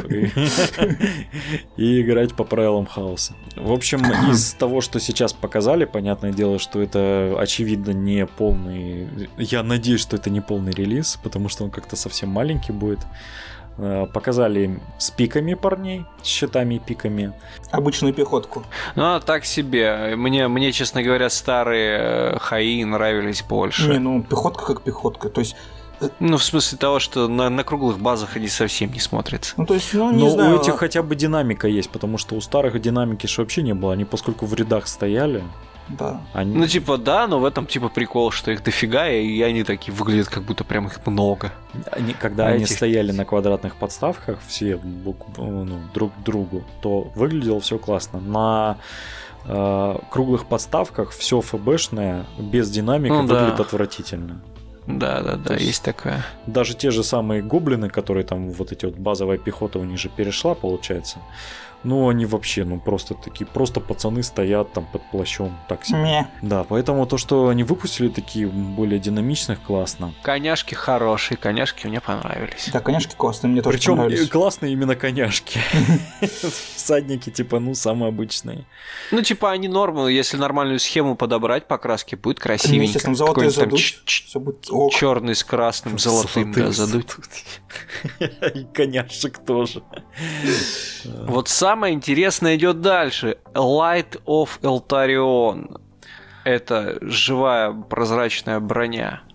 и играть по правилам хаоса. В общем, из того, что сейчас показали, понятное дело, что это очевидно не полный... Я надеюсь, что это не полный релиз, потому что он как-то совсем маленький будет. Показали с пиками парней, с щитами и пиками. Обычную пехотку. Ну, так себе. Мне, мне, честно говоря, старые хаи нравились больше. Не, ну, пехотка как пехотка. То есть... Ну, в смысле того, что на, на круглых базах они совсем не смотрятся. Ну, то есть, ну, не Но знаю. у этих хотя бы динамика есть, потому что у старых динамики же вообще не было. Они, поскольку в рядах стояли... Да. Они... Ну, типа, да, но в этом, типа, прикол, что их дофига, и они такие выглядят, как будто прям их много. Они, когда а они этих... стояли на квадратных подставках, все ну, друг к другу, то выглядело все классно. На э, круглых подставках все ФБшное, без динамики, ну, выглядит да. отвратительно. Да, да, да, есть, есть такое. Даже те же самые гоблины, которые там, вот эти вот базовая пехота у них же перешла, получается. Ну, они вообще, ну, просто такие, просто пацаны стоят там под плащом, так себе. Не. Да, поэтому то, что они выпустили такие более динамичных, классно. Коняшки хорошие, коняшки мне понравились. Да, коняшки классные, мне тоже Причем понравились. Причем классные именно коняшки. Всадники, типа, ну, самые обычные. Ну, типа, они нормы, если нормальную схему подобрать по краске, будет красивенько. Естественно, золотые задуть, все будет ок. Черный с красным, золотым, да, задуть. И коняшек тоже. Вот самое интересное идет дальше. Light of Eltarion. Это живая прозрачная броня.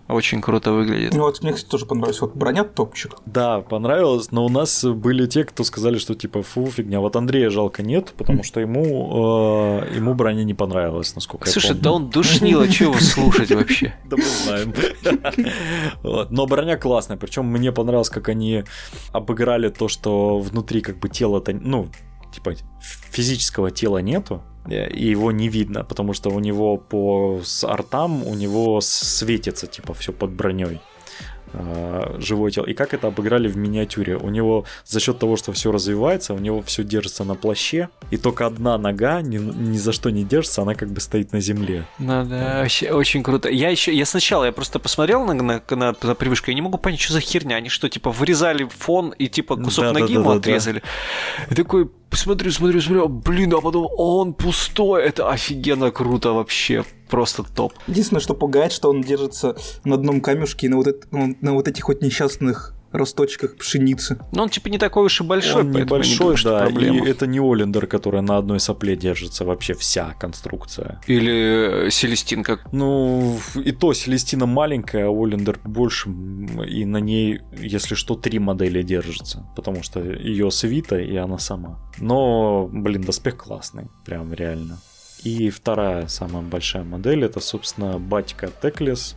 Очень круто выглядит. Ну вот мне, кстати, тоже понравилось. Вот броня топчик. Да, понравилось, но у нас были те, кто сказали, что типа фу, фигня. Вот Андрея жалко нет, потому что ему, э, ему броня не понравилась, насколько Слушай, я помню. да он душнил, а чего его слушать вообще? Да мы знаем. Но броня классная, причем мне понравилось, как они обыграли то, что внутри как бы тела-то, ну, типа физического тела нету, и его не видно, потому что у него по с артам у него светится типа все под броней. Живое тело. И как это обыграли в миниатюре? У него за счет того, что все развивается, у него все держится на плаще, и только одна нога ни, ни за что не держится, она как бы стоит на земле. Ну да, вообще очень круто. Я еще, я сначала, я просто посмотрел на, на, на, на привычку, я не могу понять, что за херня. Они что, типа, вырезали фон и типа кусок да, ноги да, ему да, отрезали? Да. И такой, смотрю, смотрю, смотрю, блин, а потом он пустой. Это офигенно круто вообще. Просто топ. Единственное, что пугает, что он держится на одном камешке и на вот, это, на вот этих вот несчастных росточках пшеницы. Ну, он типа не такой уж и большой, он поэтому небольшой, я не думаю, да, проблема. и это не Олендер, которая на одной сопле держится вообще вся конструкция. Или Селестинка. Ну, и то Селестина маленькая, а Олендер больше, и на ней, если что, три модели держится, потому что ее свита и она сама. Но, блин, доспех классный, прям реально. И вторая самая большая модель, это, собственно, батька Теклис.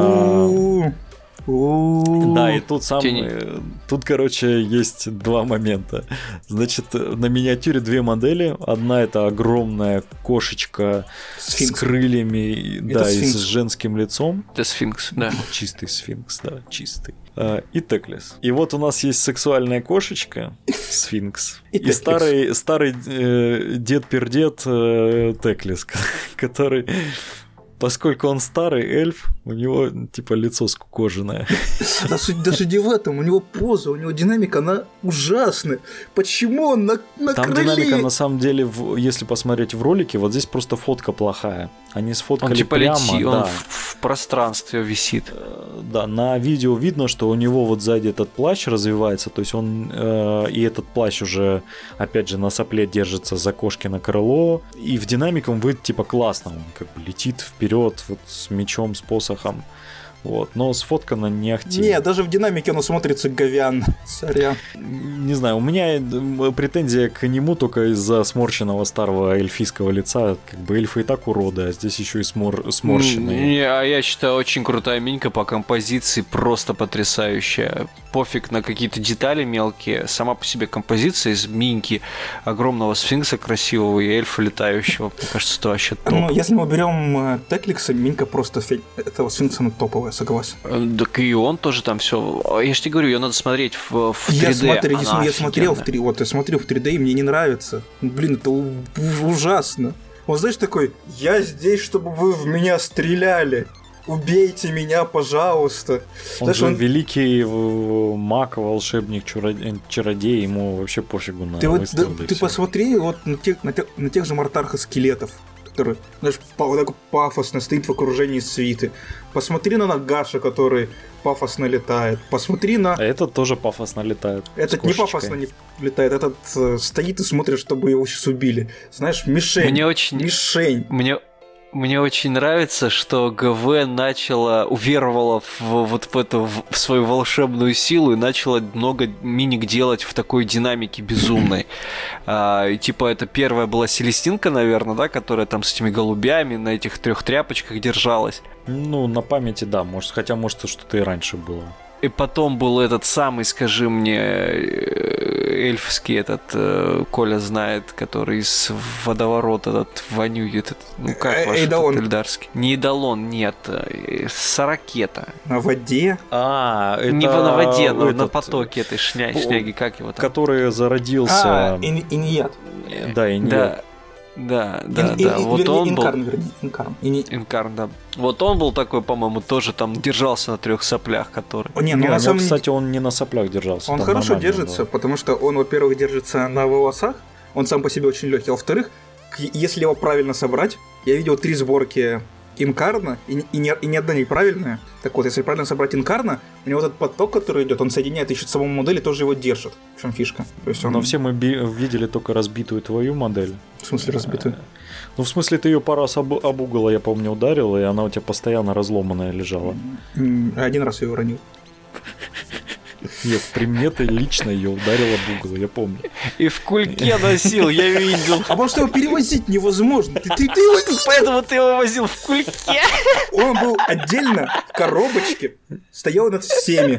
Да, и тут самый... Тут, короче, есть два момента. Значит, на миниатюре две модели. Одна это огромная кошечка сфинкс. С крыльями, это да, сфинкс. И с женским лицом. Это сфинкс, да. Чистый сфинкс, да, чистый. И Теклис. И вот у нас есть сексуальная кошечка, сфинкс, и, и старый, старый э, дед-пердед э, Теклис, который... Поскольку он старый эльф, у него типа лицо скукоженное. Да суть даже не в этом, у него поза, у него динамика, она ужасная. Почему он на, на Там крыле? динамика на самом деле, в, если посмотреть в ролике, вот здесь просто фотка плохая. Они сфоткали он типа прямо. Лети, да. Он в, в пространстве висит. Да, на видео видно, что у него вот сзади этот плащ развивается, то есть он э, и этот плащ уже, опять же, на сопле держится за кошкино крыло, и в динамике он выглядит типа классно, он как бы летит вперед вот с мечом, с посохом. Вот, но сфоткано не ахти. Не, даже в динамике оно смотрится говянно. Сорян. Не знаю, у меня претензия к нему только из-за сморщенного старого эльфийского лица. Как бы эльфы и так уроды, а здесь еще и смор... сморщенные. Не, а я считаю, очень крутая минька по композиции, просто потрясающая. Пофиг на какие-то детали мелкие. Сама по себе композиция из миньки огромного сфинкса красивого и эльфа летающего. Мне кажется, это вообще топ. Ну, если мы берем Текликса, минька просто фи... этого сфинкса ну, топовая. Согласен. Так и он тоже там все. Я же тебе говорю, ее надо смотреть в, в три дэ. Я, смотри, я смотрел в три дэ, вот я смотрю в три дэ, и мне не нравится. Блин, это у- ужасно. Он, знаешь, такой, я здесь, чтобы вы в меня стреляли. Убейте меня, пожалуйста. Он Знаешь, же он... великий маг, волшебник, чародей, ему вообще пофигу на Ты, вот, выстрел, да, да ты всё. посмотри вот на тех, на тех, на тех же мартарха-скелетов, который, знаешь, вот так пафосно стоит в окружении свиты. Посмотри на Нагаша, который пафосно летает. Посмотри на... А этот тоже пафосно летает. Этот не пафосно не летает, этот э, стоит и смотрит, чтобы его сейчас убили. Знаешь, мишень. Мне очень... Мишень. Мне... Мне очень нравится, что ГВ начала, уверовала в, вот в эту в свою волшебную силу и начала много миник делать в такой динамике безумной. А, и, типа, это первая была Селестинка, наверное, да, которая там с этими голубями на этих трех тряпочках держалась. Ну, на памяти, да, может, хотя, может, что-то и раньше было. И потом был этот самый, скажи мне, эльфский этот, э, Коля знает, который из водоворота этот вонюет. Этот, ну как ваш этот эльдарский? Не Эдалон, нет. Э, Сорокета. На воде? А, это... Не на воде, но этот... на потоке этой шня... шняги, как его там? Который зародился... А, Иньят. Да, Иньят. Да. Да, да, ин, да. Ин, вот вернее, он инкарн, был... вернее, инкарн. Ини... Инкарн, да. Вот он был такой, по-моему, тоже там держался на трех соплях, который. О, не, ну, ну, на на самом... кстати, он не на соплях держался. Он хорошо держится, было. Потому что он, во-первых, держится на волосах, он сам по себе очень легкий, а во-вторых, если его правильно собрать, я видел три сборки инкарна, и, и, не, и ни одна неправильная. Так вот, если правильно собрать инкарна, у него этот поток, который идет, он соединяет еще саму модель и тоже его держит. В чем фишка? То есть он... Но все мы би- видели только разбитую твою модель. В смысле разбитую? Ну, в смысле, ты ее пару раз об, об угол, я помню, ударил, и она у тебя постоянно разломанная лежала. Один раз ее уронил. Нет, при мне ты лично ее ударил об угол, я помню. И в кульке носил, я видел. А может его перевозить невозможно? Ты, ты, ты его... Поэтому ты его возил в кульке. Он был отдельно в коробочке, стоял над всеми.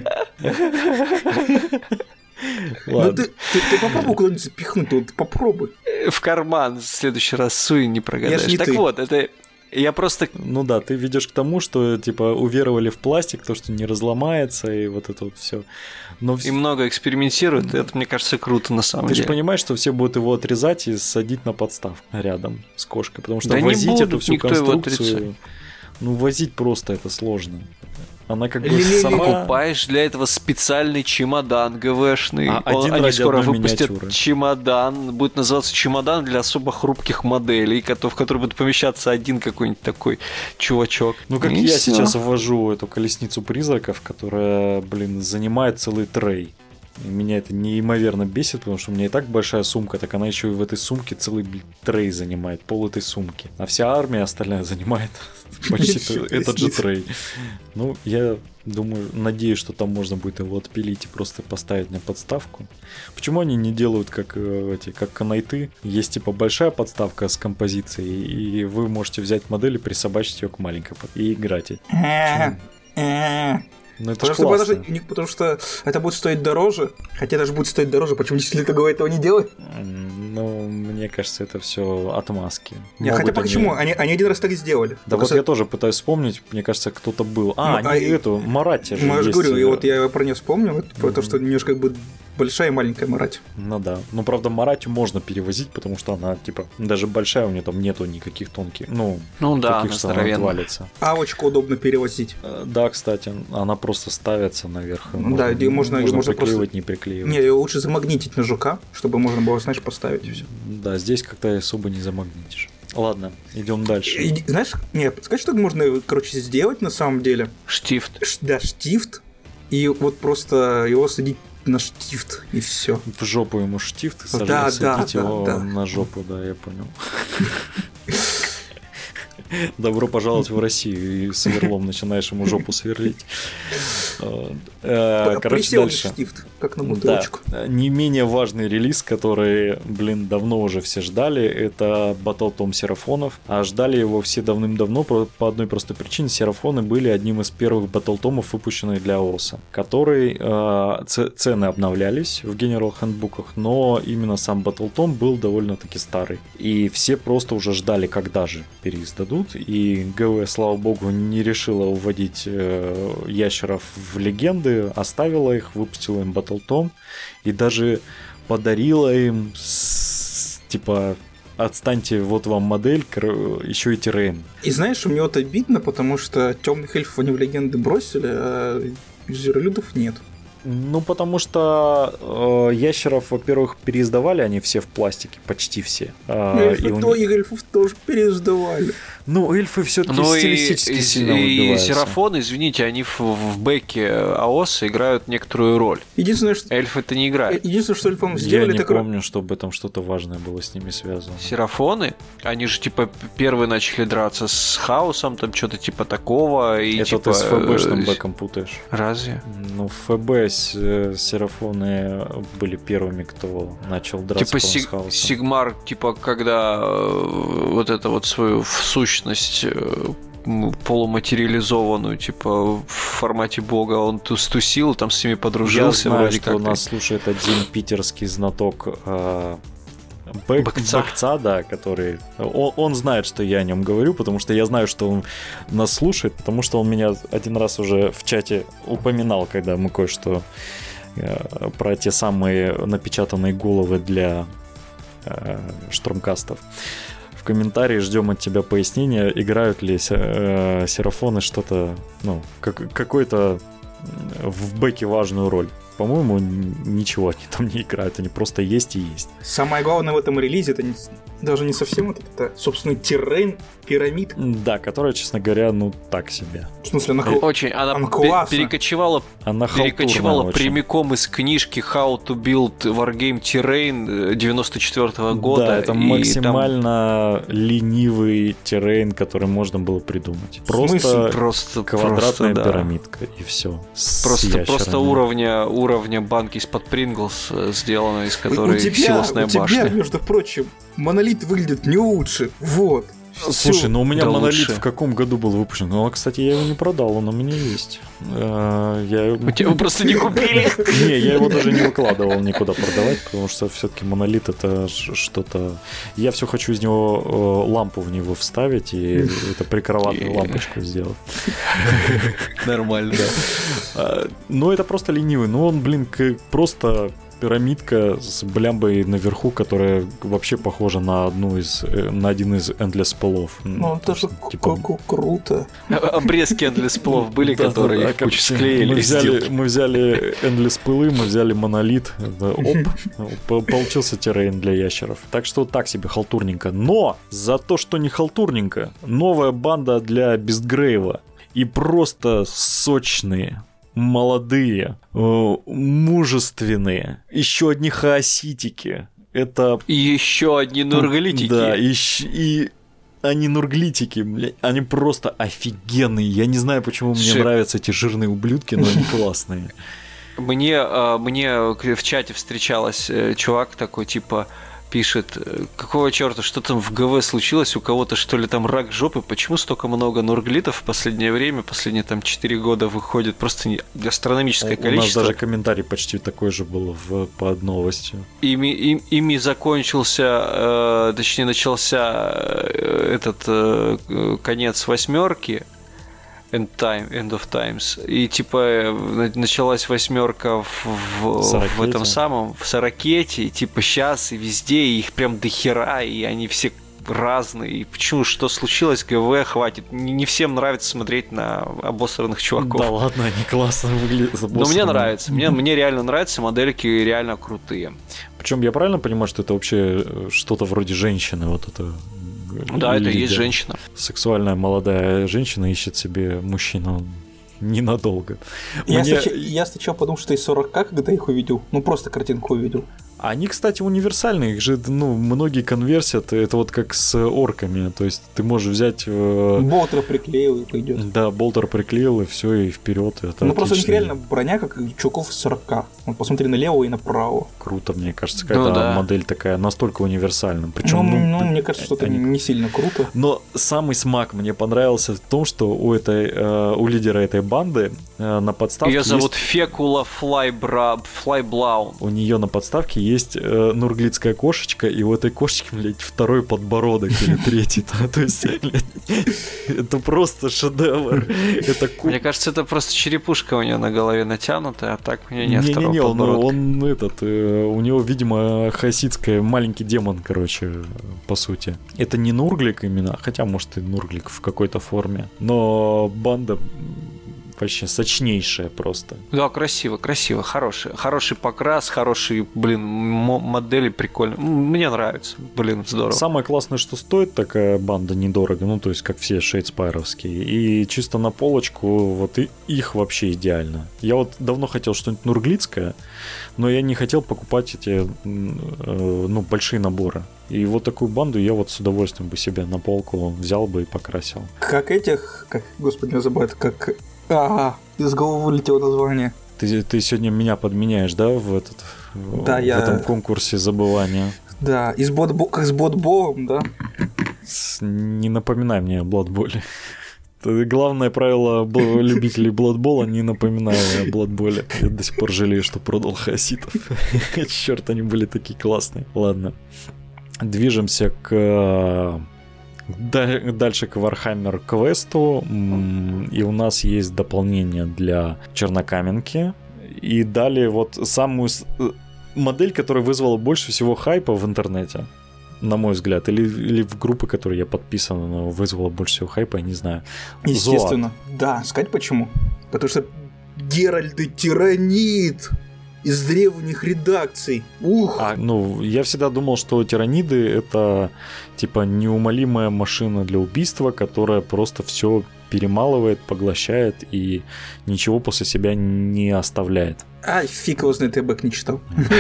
Ну ты, ты, ты попробуй куда-нибудь запихнуть, вот попробуй. В карман в следующий раз суй, не прогадаешь. Я ж не так ты. вот, это... Я просто... Ну да, ты ведешь к тому, что типа уверовали в пластик, то, что не разломается, и вот это вот все. Но И много экспериментируют, и это, мне кажется, круто на самом ты деле. же понимаешь, что все будут его отрезать и садить на подставку рядом с кошкой, потому что Да не возить будут эту всю никто его конструкцию, отрицать. ну возить просто это сложно. Она как бы Ли-ли-ли. сама... Покупаешь для этого специальный чемодан ГВшный. А, Он- один Они ради скоро одной выпустят миниатюры. чемодан. Будет называться чемодан для особо хрупких моделей, кото- в который будет помещаться один какой-нибудь такой чувачок. Ну, как И я всё. сейчас ввожу эту колесницу призраков, которая, блин, занимает целый трей. И меня это неимоверно бесит, потому что у меня и так большая сумка, так она еще и в этой сумке целый блин, трей занимает, пол этой сумки. А вся армия остальная занимает почти этот же трей. Ну, я думаю, надеюсь, что там можно будет его отпилить и просто поставить на подставку. Почему они не делают как э, эти, как канайты? Есть типа большая подставка с композицией, и вы можете взять модель и присобачить ее к маленькой под- и играть ей. Ну это ж Потому что, классно. даже, не- потому что это будет стоить дороже, хотя даже будет стоить дороже, почему действительно КГВ этого не делает? М, Ну, мне кажется, это все отмазки. Не, Могут хотя они- почему? Они, они один раз так и сделали. Да Только вот с- я тоже пытаюсь вспомнить, мне кажется, кто-то был. А, Ну, они а и- эту, Марати же Ну, я же есть, говорю, и э, вот я про нее вспомнил, это про то, Мгм. что немножко как бы большая и маленькая Марать. Ну да. Ну, правда, Маратю можно перевозить, потому что она, типа, даже большая, у нее там нету никаких тонких, ну, Ну да, таких, она что она здоровенная. отвалится. Авочку удобно перевозить. Э, Да, кстати, она просто ставится наверх. Ну да, где можно- можно можно приклеивать, просто- не приклеивать. Не, ее лучше замагнитить на жука, чтобы можно было, знаешь, поставить и все. Да, здесь как-то особо не замагнитишь. Ладно, идем дальше. И, знаешь, не, сказать, что можно, короче, сделать на самом деле? Штифт. Ш- Да, штифт, и вот просто его садить на штифт, и все. В жопу ему штифт и сажать, Да, садить да, его да, да. на жопу, да, я понял. Добро пожаловать в Россию, и сверлом начинаешь ему жопу сверлить. Э, Короче, Присел на дальше. штифт, как на Да, бутылочку. не менее важный релиз, который, блин, давно уже все ждали, это Battle.tom Серафонов. А ждали его все давным-давно по по одной простой причине. Серафоны были одним из первых Battle.tom'ов, выпущенных для ООСа, который э, ц- цены обновлялись в General Handbook'ах, но именно сам Battle.tom был довольно-таки старый. И все просто уже ждали, когда же переиздадут. И ГВ, слава богу, не решила уводить э, ящеров в легенды, оставила их, выпустила им Battle.tom и даже подарила им с- типа отстаньте, вот вам модель, еще и террейн. И знаешь, мне вот обидно, потому что темных эльфов они в легенды бросили, а зверолюдов нет. Ну, потому что э, ящеров, во-первых, переиздавали они все в пластике, почти все. А, Эльфы и у то, них- и эльфов тоже пересдавали. Ну, эльфы все-таки Ну и, стилистически и, сильно и выбиваются. Серафоны, извините, они в, в бэке АОС играют некоторую роль. Единственное, что, Эльфы-то не играют. единственное, что эльфам Я сделали, не так ра- помню, чтобы там что-то важное было с ними связано. Серафоны, они же типа первые начали драться с хаосом, там что-то типа такого. И, Это типа, ты с ФБшным э, бэком путаешь. Разве? Ну, в ФБ с- э, Серафоны были первыми, кто начал драться Типа по-моему, Сиг- с хаосом. Сигмар, типа, когда э, вот это вот свою в сущность э, м, полуматериализованную, типа, в формате бога, он ту стусил, там с ними Я подружился знаю, вроде что как. нас слушает один питерский знаток э, бэк- Бэкца. бэкца, да, который... Он, он знает, что я о нем говорю, потому что я знаю, что он нас слушает, потому что он меня один раз уже в чате упоминал, когда мы кое-что э, про те самые напечатанные головы для э, штормкастов. В комментарии ждем от тебя пояснения, играют ли се- э, серафоны что-то, ну, как, какой-то в бэке важную роль. По-моему, н- ничего они там не играют, они просто есть и есть. самое главное в этом релизе это не, даже не совсем вот это, собственно, террейн пирамид. Да, которая, честно говоря, ну так себе. В смысле, она хл... Очень, она, она пе- перекочевала, она перекочевала очень. прямиком из книжки How to Build Wargame Terrain девяносто четвёртого года. Да, это и максимально там... ленивый террейн, который можно было придумать. Просто, просто квадратная просто, пирамидка, да. И все. Просто, просто уровня, уровня банки из-под Принглс сделано, из которой силосная башня. У тебя, между прочим, монолит выглядит не лучше. Вот. Слушай, Всё. ну у меня да монолит лучше. в каком году был выпущен? Ну, кстати, я его не продал, он у меня есть. Я... У тебя его просто не купили? Не, я его даже не выкладывал никуда продавать, потому что все-таки монолит это что-то... Я все хочу из него лампу в него вставить и это прикроватную лампочку сделать. Нормально, да. Ну, это просто ленивый. Ну, он, блин, просто... пирамидка с блямбой наверху, которая вообще похожа на одну из на один из Endless полов. Ну, это же типа... круто. Обрезки Endless полов были, которые их кучу склеили. Мы взяли, мы взяли Endless пылы, мы взяли монолит. Оп, получился террейн для ящеров. Так что так себе халтурненько. Но за то, что не халтурненько, новая банда для Бестгрейва. И просто сочные, молодые, мужественные, еще одни хаоситики. Это... И еще одни нурглитики. Да, и, и они нурглитики, блядь, они просто офигенные. Я не знаю, почему мне Шип. нравятся эти жирные ублюдки, но они классные. Мне, мне в чате встречалась чувак такой, типа... пишет, какого черта, что там в ГВ случилось, у кого-то что ли там рак жопы, почему столько много нурглитов в последнее время, последние там четыре года выходит просто не... астрономическое у, количество. У нас даже комментарий почти такой же был в, под новостью. Ими, им, ими закончился, э, точнее начался э, этот э, конец восьмерки, End, time, end of Times. И типа началась восьмерка в, в, в этом самом, в Сорокете, и типа сейчас и везде, и их прям дохера, и они все разные. И почему, что случилось, ГВ хватит. Не, не всем нравится смотреть на обосранных чуваков. Да ладно, они классно выглядят. Но мне нравится. Мне, мне реально нравятся, модельки реально крутые. Причем я правильно понимаю, что это вообще что-то вроде женщины, вот это. Да, это и есть женщина. Сексуальная молодая женщина ищет себе мужчину ненадолго. Я, Мне... снач... я сначала подумал, что из сорок ка, когда их увидел. Ну, просто картинку увидел. Они, кстати, универсальные, их же, ну, многие конверсят, это вот как с орками, то есть ты можешь взять... Э... Болтер приклеил и пойдет. Да, болтер приклеил, и все, и вперед. Ну, просто у них реально броня, как чуваков из сорок ка. Вот посмотри налево и направо. Круто, мне кажется, когда ну, да. модель такая настолько универсальна. Причем, ну, ну, ну, мне кажется, что это они... не сильно круто. Но самый смак мне понравился в том, что у, этой, э, у лидера этой банды э, на подставке Ее есть... зовут Фекула Флайбра... Флайблаун. У нее на подставке есть э, нурглитская кошечка, и у этой кошечки, блядь, второй подбородок или третий. То есть, это просто шедевр. Мне кажется, это просто черепушка у нее на голове натянутая, а так у нее нет второго подбородка. подбородка. Он этот, у него, видимо, хаоситская, маленький демон, короче, по сути. Это не нурглик именно, хотя, может, и нурглик в какой-то форме, но банда вообще сочнейшая просто. Да, красиво, красиво, хороший, хороший покрас, хорошие, блин, модели прикольные. Мне нравится, блин, здорово. Самое классное, что стоит такая банда недорого, ну, то есть, как все шейдспайровские, и чисто на полочку, вот и их вообще идеально. Я вот давно хотел что-нибудь нурглитское, но я не хотел покупать эти, ну, большие наборы. И вот такую банду я вот с удовольствием бы себе на полку взял бы и покрасил. Как этих, как, господи, не забываю, как... Ага, из головы вылетело название. Ты, ты сегодня меня подменяешь, да, в этот да, в я... этом конкурсе забывания? Да, из ботбо... как с ботболом, да. С... Не напоминай мне о Бладболе. Главное правило любителей Бладбола — не напоминай о Бладболе. Я до сих пор жалею, что продал хаоситов. Черт, они были такие классные. Ладно. Движемся к... Дальше к Warhammer квесту, и у нас есть дополнение для Чернокаменки. И далее вот самую модель, которая вызвала больше всего хайпа в интернете, на мой взгляд, или, или в группы, которые я подписан, но вызвала больше всего хайпа, я не знаю. Естественно, Зоат. Да, сказать почему? Потому что Геральды Тиранит из древних редакций. Ух! А, ну, я всегда думал, что тираниды — это типа неумолимая машина для убийства, которая просто все перемалывает, поглощает и ничего после себя не оставляет. Ай, фиг его знает, я бэк не читал.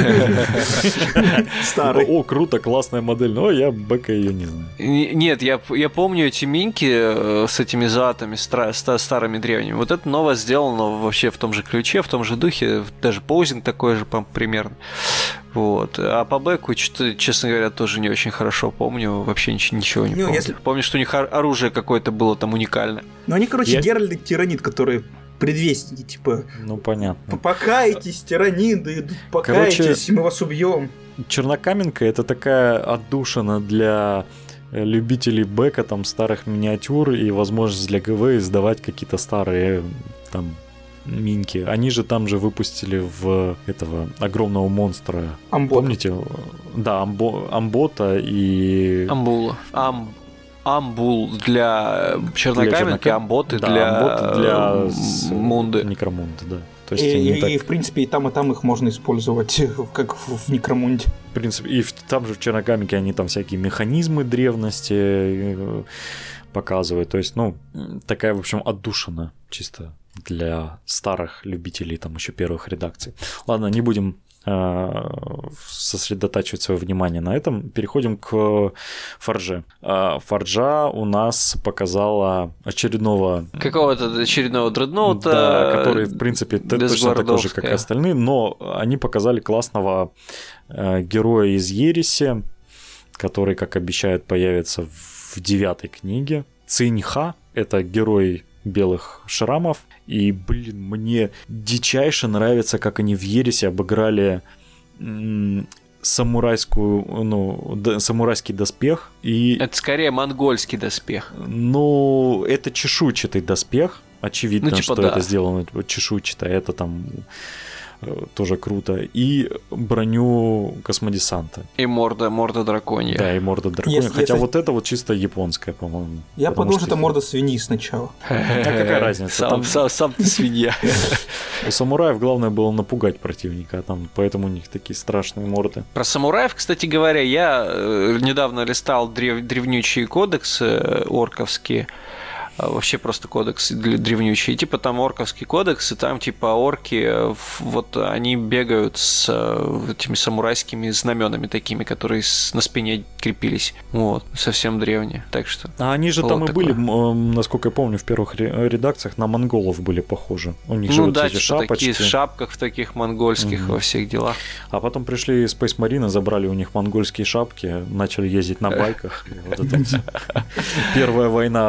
Старый. О, круто, классная модель, но я бэка ее не знаю. Нет, я, я помню эти миньки с этими зоатами стра- старыми древними. Вот это новое сделано вообще в том же ключе, в том же духе, даже поузинг такой же примерно. Вот. А по бэку, честно говоря, тоже не очень хорошо помню. Вообще ничего, ничего не ну, помню. Если... Помню, что у них оружие какое-то было там уникальное. Ну, они, короче, я... Геральт Тиранид, которые предвестники, типа... Ну, понятно. Покайтесь, тираниды, покайтесь, короче, мы вас убьем. Чернокаменка — это такая отдушина для любителей бэка, там, старых миниатюр и возможность для ГВ издавать какие-то старые, там, миньки. Они же там же выпустили в этого огромного монстра. Амбота. Помните? Да, амбо... Амбота и... Амбула. Ам... Амбул для чернокаменки, для амботы да, для, амботы для мунды. Некромунды, да. То есть и, и, так... и, в принципе, и там, и там их можно использовать, как в, в Некромунде. В принципе, и в, там же в чернокаменке они там всякие механизмы древности показывают. То есть, ну, такая, в общем, отдушина чисто для старых любителей там еще первых редакций. Ладно, не будем сосредотачивать свое внимание на этом. Переходим к Форже. Форджа у нас показала очередного... Какого-то очередного дредноута. Да, который, в принципе, точно такой же, как и остальные, но они показали классного героя из Ереси, который, как обещают, появится в девятой книге. Циньха — это герой белых шрамов. И, блин, мне дичайше нравится, как они в Ересе обыграли м- самурайскую, ну, д- самурайский доспех. И... Это скорее монгольский доспех. Ну, это чешуйчатый доспех. Очевидно, ну, типа, что да. это сделано чешуйчатое. Это там тоже круто. И броню космодесанта. И морда, морда драконья. Да, и морда драконья. Если, Хотя если... вот это вот чисто японская, по-моему. Я подумал, что это морда свиньи сначала. А какая разница? Сам, там... сам, сам ты свинья. У самураев главное было напугать противника, там, поэтому у них такие страшные морды. Про самураев, кстати говоря, я недавно листал древ... древнючие кодексы орковские. Вообще просто кодекс древнючий. И типа там орковский кодекс, и там типа орки, вот они бегают с этими самурайскими знаменами такими, которые на спине крепились. Вот, совсем древние. Так что. А они же там и такое. были, насколько я помню, в первых редакциях на монголов были похожи. У них ну, же вот да, эти шапочки. Такие в шапках, в таких монгольских, угу. во всех делах. А потом пришли Space Marine, забрали у них монгольские шапки, начали ездить на байках. Первая война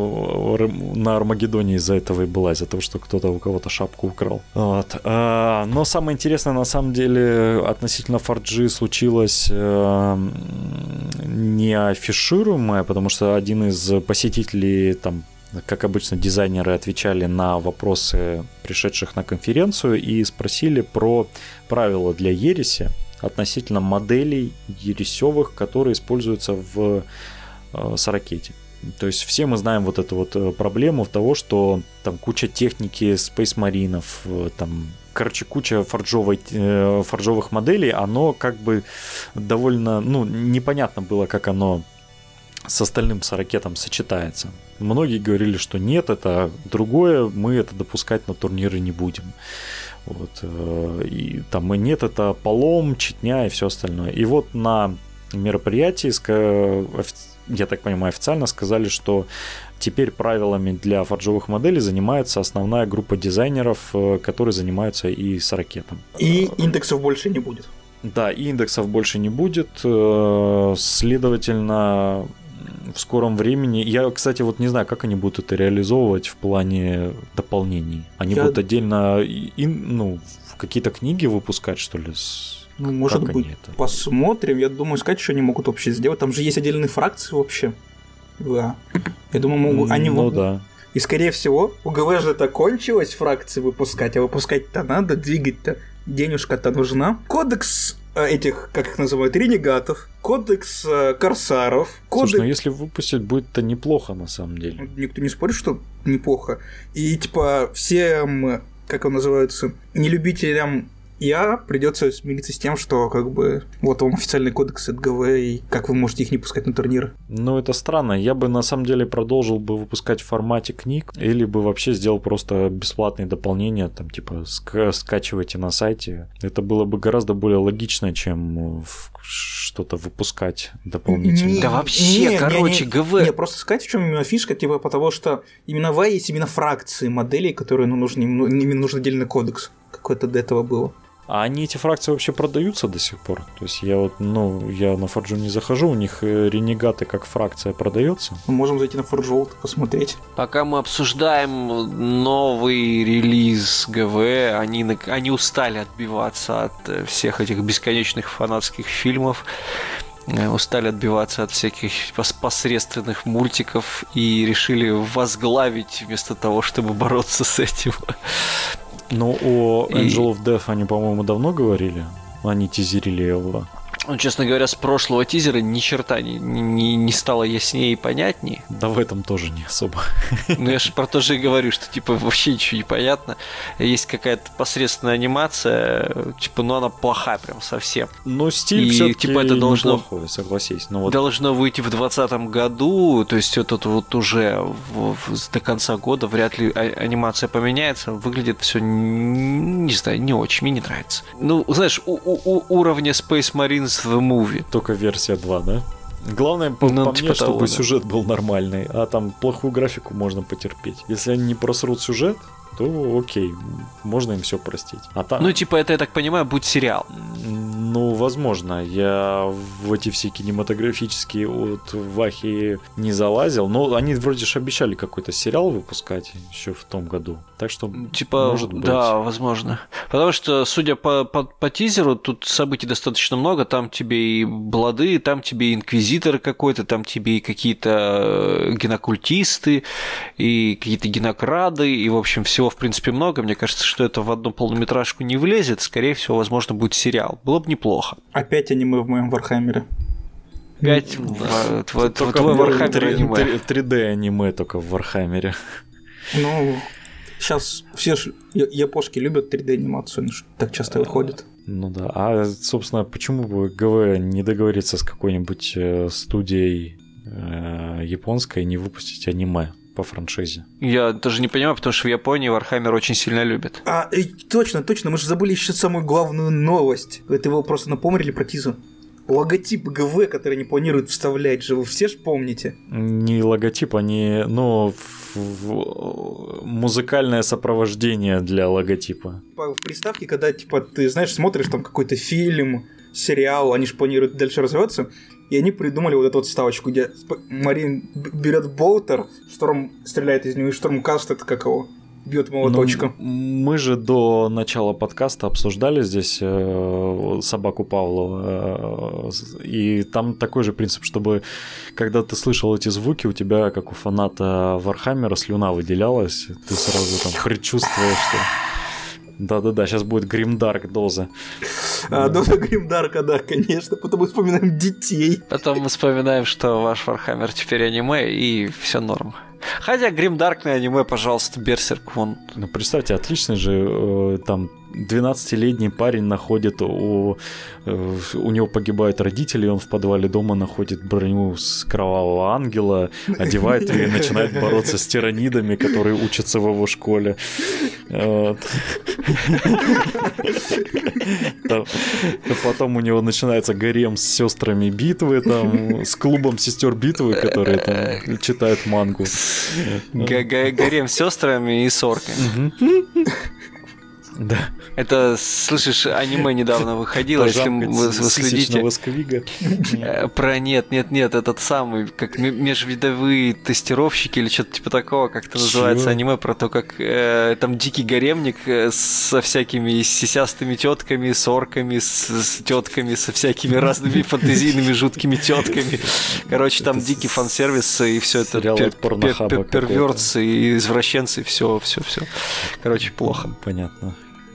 на Армагеддоне из-за этого и была, из-за того, что кто-то у кого-то шапку украл. Вот. А, но самое интересное, на самом деле, относительно Форджи случилось а, неафишируемое, потому что один из посетителей, там, как обычно, дизайнеры отвечали на вопросы пришедших на конференцию и спросили про правила для Ереси относительно моделей ересевых, которые используются в а, Сорокете. То есть все мы знаем вот эту вот проблему того, что там куча техники Space Маринов, там, короче, куча форджовой, э, форджовых моделей, оно как бы довольно, ну, непонятно было, как оно с остальным сорокетом сочетается. Многие говорили, что нет, это другое, мы это допускать на турниры не будем. Вот, э, и там и нет, это полом, читня и все остальное. И вот на мероприятии я так понимаю, официально сказали, что теперь правилами для форджовых моделей занимается основная группа дизайнеров, которые занимаются и сорокетом. И индексов больше не будет. Да, и индексов больше не будет. Следовательно, в скором времени... Я, кстати, вот не знаю, как они будут это реализовывать в плане дополнений. Они я... будут отдельно ну, какие-то книги выпускать, что ли, с... Ну, может как быть, посмотрим. Я думаю, сказать, что они могут вообще сделать. Там же есть отдельные фракции вообще. Да. Я думаю, могут... они ну, могут... да. И, скорее всего, у ГВ же это кончилось фракции выпускать, а выпускать-то надо, двигать-то, денежка-то нужна. Кодекс этих, как их называют, ренегатов, кодекс э, корсаров. Кодекс... Слушай, ну если выпустить, будет-то неплохо, на самом деле. Никто не спорит, что неплохо. И, типа, всем, как он называется, нелюбителям Я придется смириться с тем, что как бы вот вам официальный кодекс от ГВ, и как вы можете их не пускать на турниры. Ну, это странно. Я бы на самом деле продолжил бы выпускать в формате книг, или бы вообще сделал просто бесплатные дополнения, там типа ска- скачивайте на сайте. Это было бы гораздо более логично, чем что-то выпускать дополнительно. Не, да вообще, не, короче, не, не, ГВ... Не, просто сказать, в чем именно фишка, типа потому что именно в А есть именно фракции моделей, которые, ну, нужны, именно нужен отдельный кодекс. Какой-то до этого было. А они, эти фракции, вообще продаются до сих пор? То есть я вот, ну, я на Forge не захожу, у них ренегаты как фракция продается. Мы можем зайти на Forge посмотреть. Пока мы обсуждаем новый релиз ГВ, они, они устали отбиваться от всех этих бесконечных фанатских фильмов, устали отбиваться от всяких посредственных мультиков и решили возглавить вместо того, чтобы бороться с этим. Ну, о Angel of Death они, по-моему, давно говорили. Они тизерили его. Ну, честно говоря, с прошлого тизера ни черта не, не, не стало яснее и понятнее. Да в этом тоже не особо. Ну, я же про то же и говорю, что, типа, вообще ничего не понятно. Есть какая-то посредственная анимация, типа, ну, она плохая прям совсем. Но стиль всё-таки типа, это должно, неплохой, согласись. Но вот... Должно выйти в двадцатом году, то есть это вот уже в, в, до конца года вряд ли а- анимация поменяется. Выглядит все, не знаю, не очень, мне не нравится. Ну, знаешь, у, у, уровня Space Marines The Movie. Только версия два, да? Главное, по, ну, по типа мне, того, чтобы да. сюжет был нормальный, а там плохую графику можно потерпеть. Если они не просрут сюжет, то окей, можно им все простить. А там... Ну, типа, это, я так понимаю, будет сериал. Ну, возможно. Я в эти все кинематографические от Вахи не залазил. Но они вроде же обещали какой-то сериал выпускать еще в том году. Так что, типа, может быть. Да, возможно. Потому что, судя по, по, по тизеру, тут событий достаточно много. Там тебе и Блады, там тебе и Инквизитор какой-то, там тебе и какие-то генокультисты, и какие-то генокрады, и, в общем, всего, в принципе, много. Мне кажется, что это в одну полнометражку не влезет. Скорее всего, возможно, будет сериал. Было бы неплохо. Опять аниме в моем Вархаммере. Опять да. твой, твой Вархаммер аниме. три дэ аниме только в Вархаммере. Ну, сейчас все ж япошки любят три дэ анимацию, так часто выходит. Ну да. А, собственно, почему бы ГВ не договориться с какой-нибудь студией японской и не выпустить аниме по франшизе? Я даже не понимаю, потому что в Японии Warhammer очень сильно любят. А, э, точно, точно, мы же забыли еще самую главную новость. Это его просто напомнили про тизу. Логотип ГВ, который они планируют вставлять же, вы все же помните? Не логотип, они, ну, в, в, музыкальное сопровождение для логотипа. В приставке, когда, типа, ты, знаешь, смотришь там какой-то фильм, сериал, они же планируют дальше развиваться, и они придумали вот эту вот вставочку, где Марин берет болтер, Шторм стреляет из него, и Штормкаст это как его? Бьет молоточком. Ну, мы же до начала подкаста обсуждали здесь э, собаку Павлова, э, и там такой же принцип, чтобы когда ты слышал эти звуки, у тебя, как у фаната Вархаммера, слюна выделялась, ты сразу там предчувствуешь, что... Да-да-да, сейчас будет Гримдарк доза. А, доза Гримдарка, да, конечно, потом мы вспоминаем детей. Потом мы вспоминаем, что ваш Вархаммер теперь аниме, и все норм. Хотя гримдаркное аниме, пожалуйста, Берсерк, вон. Ну, представьте, отлично же, э, там, двенадцатилетний парень находит, у, э, у него погибают родители, он в подвале дома находит броню с кровавого ангела, одевает ее и начинает бороться с тиранидами, которые учатся в его школе. Потом у него начинается гарем с сестрами битвы, там, с клубом сестер битвы, которые там читают мангу. Гарем с сестрами и с орками. Да. Это, слышишь, аниме недавно выходило, если вы следите. Про нет, нет, нет, этот самый, как межвидовые тестировщики или что-то типа такого, как это называется аниме, про то, как э, там дикий гаремник со всякими сисястыми тетками, с орками, с, с тетками, со всякими разными фантазийными жуткими тетками. Короче, там это дикий фан-сервис и все это пер, пер, пер, перверцы и извращенцы, все, все, все. Короче, плохо. Понятно.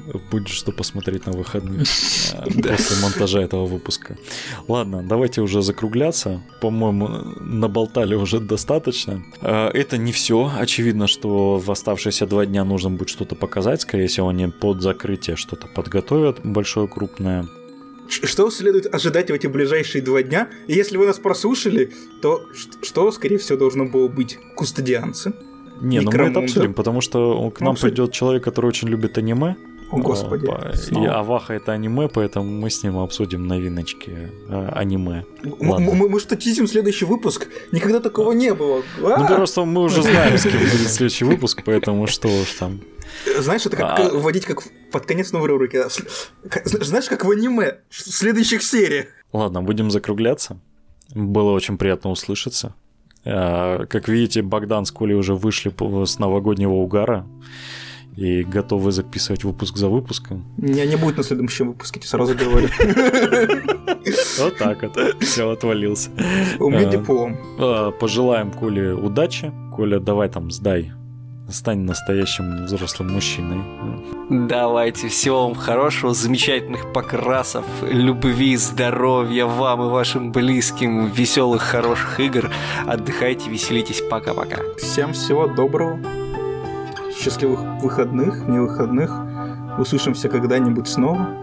будет что посмотреть на выходных после монтажа этого выпуска. Ладно, давайте уже закругляться. По-моему, наболтали уже достаточно. Это не все. Очевидно, что в оставшиеся два дня нужно будет что-то показать. Скорее всего, они под закрытие что-то подготовят большое, крупное. Что следует ожидать в эти ближайшие два дня? И если вы нас прослушали, то что, скорее всего, должно было быть? Кустодианцы. Не, ну мы это обсудим, потому что к нам придет человек, который очень любит аниме. О, господи. И Аваха это аниме, поэтому мы с ним обсудим новиночки аниме. Мы, мы, мы что, тизим следующий выпуск? Никогда такого не было. Ну просто мы уже знаем, с кем будет следующий выпуск, поэтому что уж там. Знаешь, это как а... вводить как под конец новой рубрики. Знаешь, как в аниме в следующих сериях. Ладно, будем закругляться. Было очень приятно услышаться. Как видите, Богдан с Колей уже вышли с новогоднего угара и готовы записывать выпуск за выпуском. Меня не будет на следующем выпуске, тебе сразу говорю. Вот так вот. Все, отвалился. У меня диплом. Пожелаем Коле удачи. Коля, давай там сдай. Стань настоящим взрослым мужчиной. Давайте, всего вам хорошего, замечательных покрасов, любви, здоровья вам и вашим близким, веселых, хороших игр. Отдыхайте, веселитесь. Пока-пока. Всем всего доброго. Счастливых выходных, не выходных. Услышимся когда-нибудь снова.